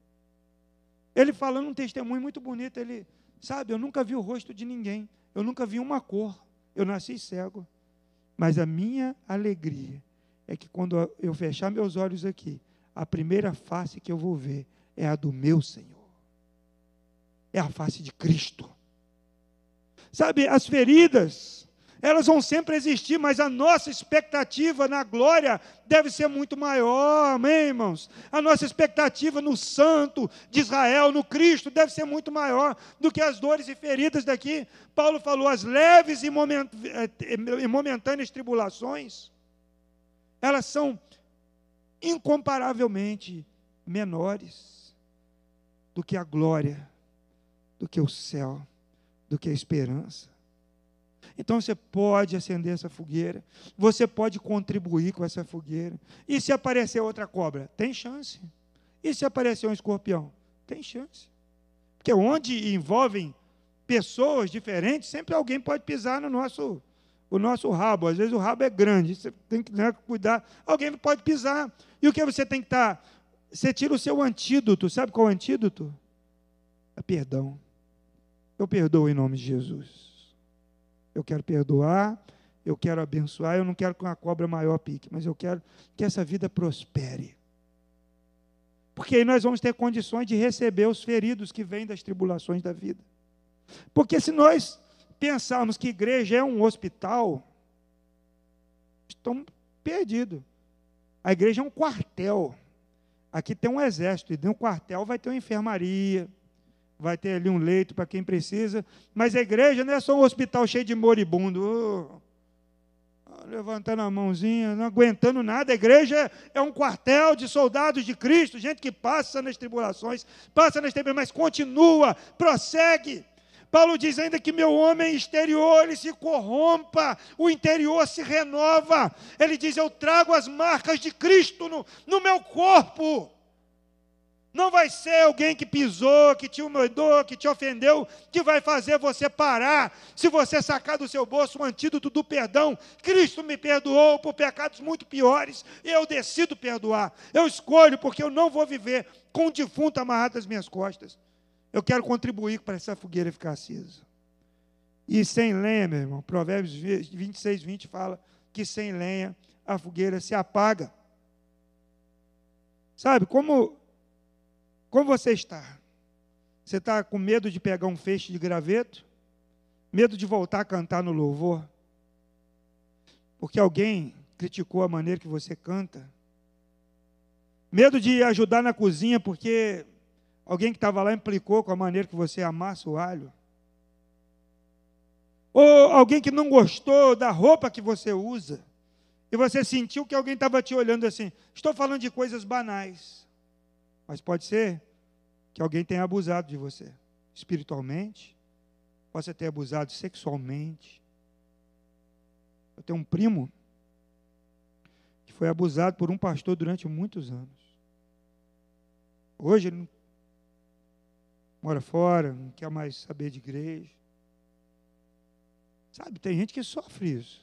Ele falando um testemunho muito bonito. Ele, sabe, eu nunca vi o rosto de ninguém. Eu nunca vi uma cor. Eu nasci cego. Mas a minha alegria é que quando eu fechar meus olhos aqui, a primeira face que eu vou ver é a do meu Senhor. É a face de Cristo. Sabe, as feridas, elas vão sempre existir, mas a nossa expectativa na glória deve ser muito maior, amém, irmãos? A nossa expectativa no Santo de Israel, no Cristo, deve ser muito maior do que as dores e feridas daqui. Paulo falou, as leves e momentâneas tribulações, elas são incomparavelmente menores do que a glória, do que o céu, do que a esperança. Então você pode acender essa fogueira, você pode contribuir com essa fogueira. E se aparecer outra cobra? Tem chance. E se aparecer um escorpião? Tem chance. Porque onde envolvem pessoas diferentes, sempre alguém pode pisar no nosso, o nosso rabo. Às vezes o rabo é grande, você tem que, né, cuidar. Alguém pode pisar. E o que você tem que estar? Você tira o seu antídoto. Sabe qual é o antídoto? É perdão. Eu perdoo em nome de Jesus. Eu quero perdoar, eu quero abençoar, eu não quero que uma cobra maior pique, mas eu quero que essa vida prospere. Porque aí nós vamos ter condições de receber os feridos que vêm das tribulações da vida. Porque se nós pensarmos que igreja é um hospital, estamos perdidos. A igreja é um quartel. Aqui tem um exército, e no quartel vai ter uma enfermaria, vai ter ali um leito para quem precisa, mas a igreja não é só um hospital cheio de moribundo, oh, levantando a mãozinha, não aguentando nada. A igreja é um quartel de soldados de Cristo, gente que passa nas tribulações, passa nas tribulações, mas continua, prossegue. Paulo diz ainda que meu homem exterior ele se corrompa, o interior se renova. Ele diz, eu trago as marcas de Cristo no, no meu corpo. Não vai ser alguém que pisou, que te humilhou, que te ofendeu, que vai fazer você parar. Se você sacar do seu bolso o antídoto do perdão, Cristo me perdoou por pecados muito piores, e eu decido perdoar. Eu escolho, porque eu não vou viver com um defunto amarrado às minhas costas. Eu quero contribuir para essa fogueira ficar acesa. E sem lenha, meu irmão, Provérbios vinte e seis, vinte fala que sem lenha a fogueira se apaga. Sabe, como... Como você está? Você está com medo de pegar um feixe de graveto? Medo de voltar a cantar no louvor? Porque alguém criticou a maneira que você canta? Medo de ajudar na cozinha porque alguém que estava lá implicou com a maneira que você amassa o alho? Ou alguém que não gostou da roupa que você usa e você sentiu que alguém estava te olhando assim? Estou falando de coisas banais. Mas pode ser que alguém tenha abusado de você, espiritualmente, possa ter abusado sexualmente. Eu tenho um primo que foi abusado por um pastor durante muitos anos. Hoje ele mora fora, não quer mais saber de igreja. Sabe, tem gente que sofre isso.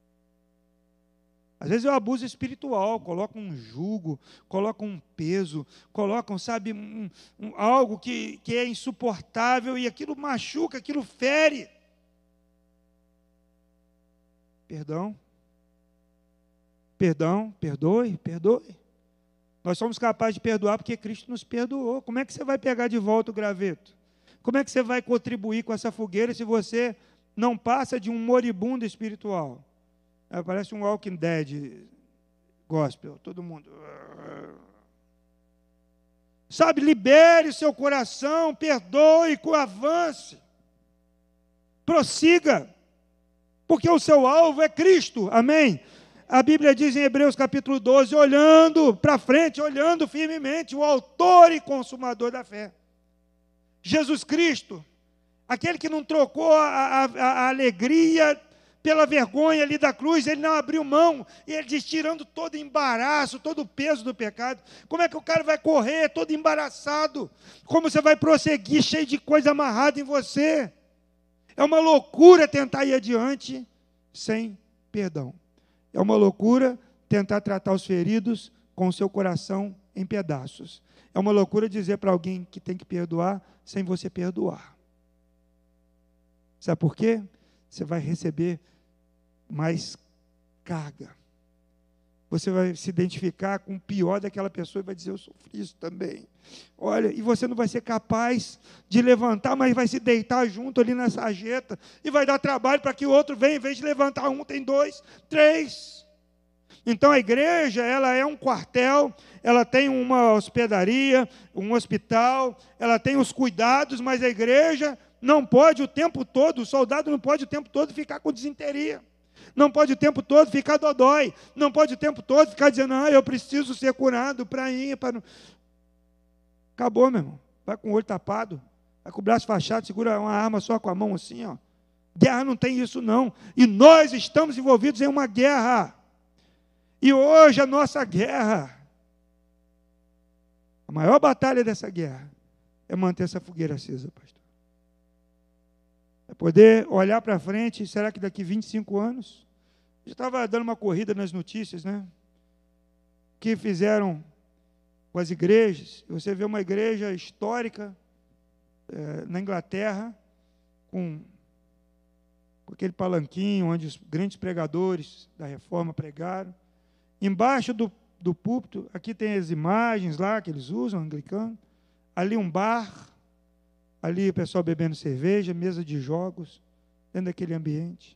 Às vezes é um abuso espiritual, colocam um jugo, colocam um peso, colocam, sabe, um, um, algo que, que é insuportável e aquilo machuca, aquilo fere. Perdão. Perdão, perdoe, perdoe. Nós somos capazes de perdoar porque Cristo nos perdoou. Como é que você vai pegar de volta o graveto? Como é que você vai contribuir com essa fogueira se você não passa de um moribundo espiritual? É, parece um Walking Dead gospel, todo mundo. Sabe, libere seu coração, perdoe, avance, prossiga, porque o seu alvo é Cristo, amém? A Bíblia diz em Hebreus capítulo doze, olhando para frente, olhando firmemente, o autor e consumador da fé. Jesus Cristo, aquele que não trocou a, a, a alegria pela vergonha ali da cruz, ele não abriu mão, e ele diz, tirando todo o embaraço, todo o peso do pecado. Como é que o cara vai correr todo embaraçado? Como você vai prosseguir cheio de coisa amarrada em você? É uma loucura tentar ir adiante sem perdão. É uma loucura tentar tratar os feridos com o seu coração em pedaços. É uma loucura dizer para alguém que tem que perdoar sem você perdoar. Sabe por quê? Você vai receber mais carga. você vai se identificar com o pior daquela pessoa e vai dizer, eu sofri isso também. Olha, e você não vai ser capaz de levantar, mas vai se deitar junto ali na sarjeta e vai dar trabalho para que o outro venha, em vez de levantar um, tem dois, três. Então a igreja, ela é um quartel, ela tem uma hospedaria, um hospital, ela tem os cuidados, mas a igreja não pode o tempo todo, o soldado não pode o tempo todo ficar com desinteria. Não pode o tempo todo ficar dodói. Não pode o tempo todo ficar dizendo, ah, eu preciso ser curado para ir. Para... Acabou, meu irmão. Vai com o olho tapado, vai com o braço fachado, segura uma arma só com a mão assim, ó. Guerra não tem isso não. E nós estamos envolvidos em uma guerra. E hoje a nossa guerra, a maior batalha dessa guerra, é manter essa fogueira acesa, pastor. É poder olhar para frente, será que daqui vinte e cinco anos? Eu estava dando uma corrida nas notícias, né? Que fizeram com as igrejas. Você vê uma igreja histórica é, na Inglaterra, com, com aquele palanquinho onde os grandes pregadores da reforma pregaram. Embaixo do, do púlpito, aqui tem as imagens lá que eles usam, anglicano. Ali um bar. Ali o pessoal bebendo cerveja, mesa de jogos, dentro daquele ambiente.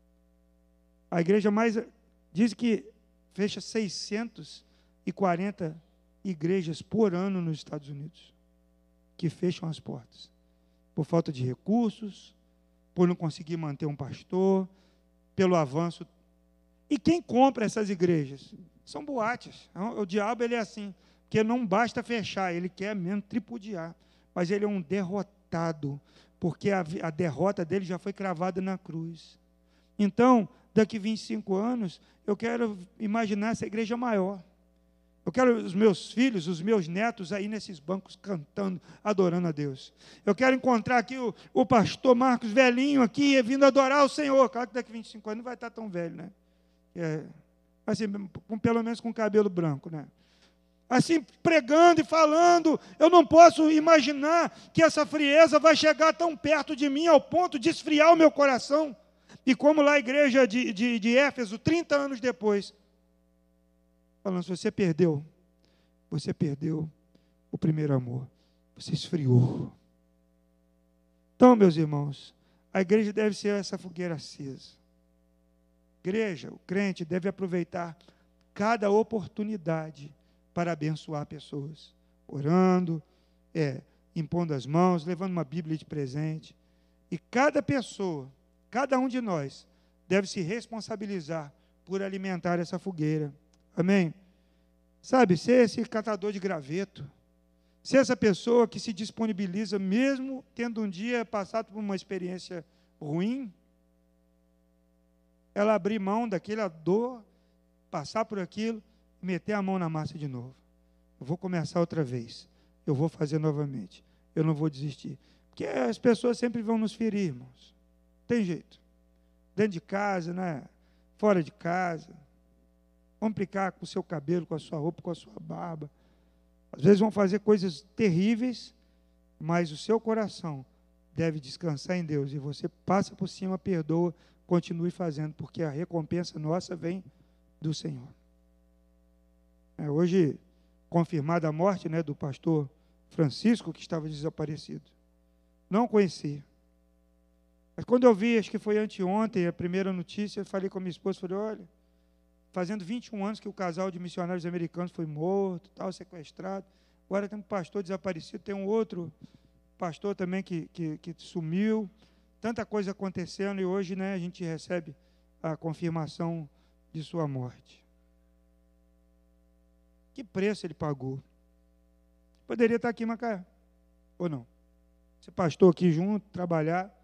A igreja mais... Diz que fecha seiscentas e quarenta igrejas por ano nos Estados Unidos, que fecham as portas. Por falta de recursos, por não conseguir manter um pastor, pelo avanço. E quem compra essas igrejas? São boates. O diabo ele é assim, porque não basta fechar, ele quer mesmo tripudiar. Mas ele é um derrotado, porque a, a derrota dele já foi cravada na cruz. Então, daqui vinte e cinco anos, eu quero imaginar essa igreja maior. Eu quero os meus filhos, os meus netos aí nesses bancos cantando, adorando a Deus. Eu quero encontrar aqui o, o pastor Marcos velhinho aqui, vindo adorar o Senhor. Claro que daqui vinte e cinco anos não vai estar tão velho, né? É, assim, com, pelo menos com cabelo branco, né? Assim, pregando e falando, eu não posso imaginar que essa frieza vai chegar tão perto de mim, ao ponto de esfriar o meu coração. E como lá a igreja de, de, de Éfeso, trinta anos depois, falando, se você perdeu, você perdeu o primeiro amor, você esfriou. Então, meus irmãos, a igreja deve ser essa fogueira acesa. A igreja, o crente, deve aproveitar cada oportunidade para abençoar pessoas, orando, é, impondo as mãos, levando uma Bíblia de presente. E cada pessoa, cada um de nós, deve se responsabilizar por alimentar essa fogueira. Amém? Sabe, ser esse catador de graveto, ser essa pessoa que se disponibiliza, mesmo tendo um dia passado por uma experiência ruim, ela abrir mão daquela dor, passar por aquilo, meter a mão na massa de novo. Eu vou começar outra vez. Eu vou fazer novamente. Eu não vou desistir. Porque as pessoas sempre vão nos ferir, irmãos. Tem jeito. Dentro de casa, né? Fora de casa. Vão implicar com o seu cabelo, com a sua roupa, com a sua barba. Às vezes vão fazer coisas terríveis, mas o seu coração deve descansar em Deus. E você passa por cima, perdoa, continue fazendo, porque a recompensa nossa vem do Senhor. É, hoje, confirmada a morte, né, do pastor Francisco, que estava desaparecido. Não conhecia. Mas quando eu vi, acho que foi anteontem, a primeira notícia, eu falei com a minha esposa, falei, olha, fazendo vinte e um anos que o casal de missionários americanos foi morto, tal, sequestrado, agora tem um pastor desaparecido, tem um outro pastor também que, que, que sumiu, tanta coisa acontecendo, e hoje, né, a gente recebe a confirmação de sua morte. Que preço ele pagou? Poderia estar aqui em Macaé, ou não? Esse pastor aqui junto, trabalhar.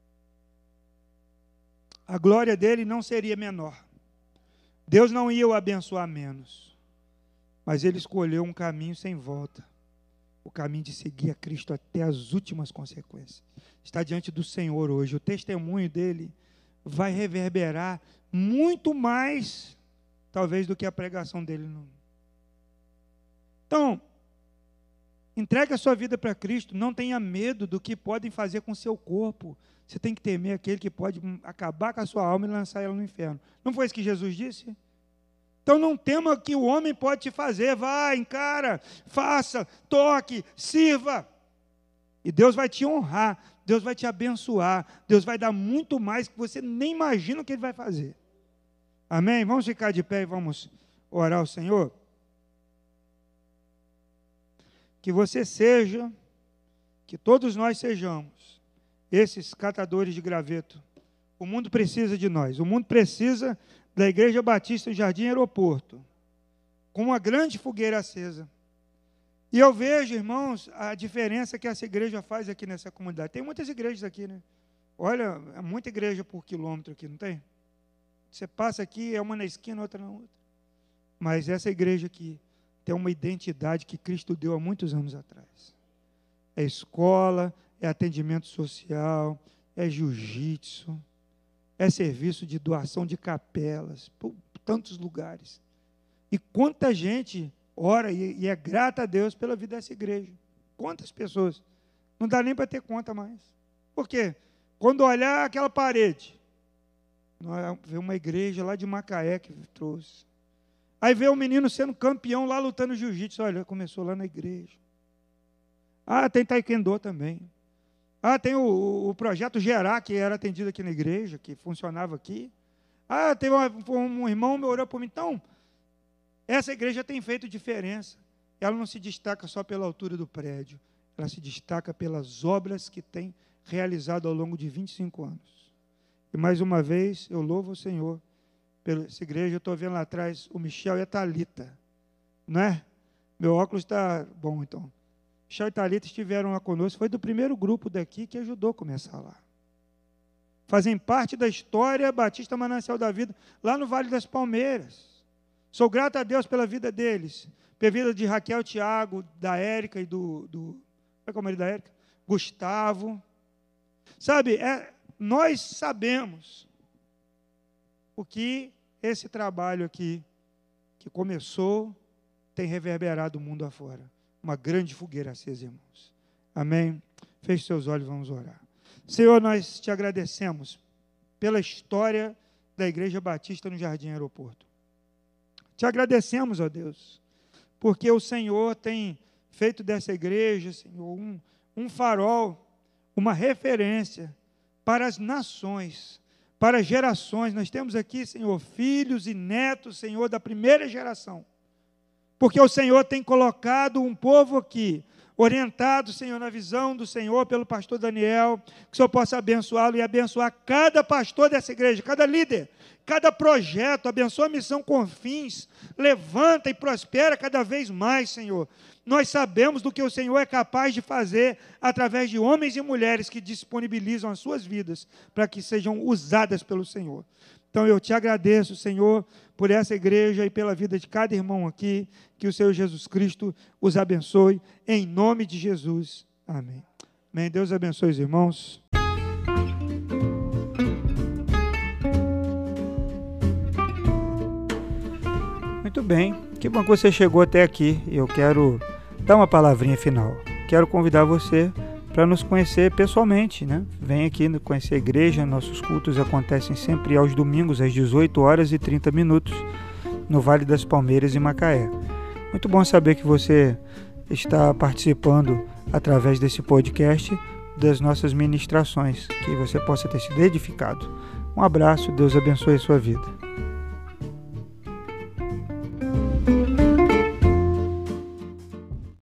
A glória dele não seria menor. Deus não ia o abençoar menos. Mas ele escolheu um caminho sem volta. O caminho de seguir a Cristo até as últimas consequências. Está diante do Senhor hoje. O testemunho dele vai reverberar muito mais, talvez, do que a pregação dele. Não. Então, entregue a sua vida para Cristo, não tenha medo do que podem fazer com o seu corpo. Você tem que temer aquele que pode acabar com a sua alma e lançar ela no inferno. Não foi isso que Jesus disse? Então não tema o que o homem pode te fazer. Vai, encara, faça, toque, sirva. E Deus vai te honrar, Deus vai te abençoar, Deus vai dar muito mais que você nem imagina o que Ele vai fazer. Amém? Vamos ficar de pé e vamos orar ao Senhor? Que você seja, que todos nós sejamos, esses catadores de graveto. O mundo precisa de nós, o mundo precisa da Igreja Batista Jardim Aeroporto, com uma grande fogueira acesa. E eu vejo, irmãos, a diferença que essa igreja faz aqui nessa comunidade. Tem muitas igrejas aqui, né? Olha, é muita igreja por quilômetro aqui, não tem? Você passa aqui, é uma na esquina, outra na outra. Mas essa igreja aqui tem uma identidade que Cristo deu há muitos anos atrás. É escola, é atendimento social, é jiu-jitsu, é serviço de doação de capelas, por tantos lugares. E quanta gente ora e, e é grata a Deus pela vida dessa igreja. Quantas pessoas? Não dá nem para ter conta mais. Por quê? Quando olhar aquela parede, vê uma igreja lá de Macaé que trouxe. Aí vê o menino sendo campeão lá lutando jiu-jitsu. Olha, começou lá na igreja. Ah, tem taekwondo também. Ah, tem o, o projeto Gerar, que era atendido aqui na igreja, que funcionava aqui. Ah, teve um, um irmão que orou por mim. Então, essa igreja tem feito diferença. Ela não se destaca só pela altura do prédio. Ela se destaca pelas obras que tem realizado ao longo de vinte e cinco anos. E mais uma vez, eu louvo o Senhor pela essa igreja. Eu estou vendo lá atrás o Michel e a Thalita. Não é? Meu óculos está bom, então. Michel e Thalita estiveram lá conosco. Foi do primeiro grupo daqui que ajudou a começar lá. Fazem parte da história Batista Manancial da Vida, lá no Vale das Palmeiras. Sou grato a Deus pela vida deles, pela vida de Raquel, Tiago, da Érica e do... do qual é o nome da Érica? Gustavo. Sabe, é, nós sabemos o que esse trabalho aqui, que começou, tem reverberado o mundo afora. Uma grande fogueira acesa, irmãos. Amém? Feche seus olhos, vamos orar. Senhor, nós te agradecemos pela história da Igreja Batista no Jardim Aeroporto. Te agradecemos, ó Deus, porque o Senhor tem feito dessa igreja, Senhor, um, um farol, uma referência para as nações, para as gerações. Nós temos aqui, Senhor, filhos e netos, Senhor, da primeira geração. Porque o Senhor tem colocado um povo aqui, orientado, Senhor, na visão do Senhor, pelo pastor Daniel, que o Senhor possa abençoá-lo e abençoar cada pastor dessa igreja, cada líder, cada projeto. Abençoa a Missão Confins, levanta e prospera cada vez mais, Senhor. Nós sabemos do que o Senhor é capaz de fazer através de homens e mulheres que disponibilizam as suas vidas para que sejam usadas pelo Senhor. Então eu te agradeço, Senhor, por essa igreja e pela vida de cada irmão aqui, que o Senhor Jesus Cristo os abençoe, em nome de Jesus. Amém. Amém. Deus abençoe os irmãos. Muito bem, que bom que você chegou até aqui. Eu quero dar uma palavrinha final. Quero convidar você para nos conhecer pessoalmente, né? Vem aqui conhecer a igreja. Nossos cultos acontecem sempre aos domingos, às dezoito horas e trinta minutos, no Vale das Palmeiras, em Macaé. Muito bom saber que você está participando através desse podcast das nossas ministrações, que você possa ter sido edificado. Um abraço, Deus abençoe a sua vida.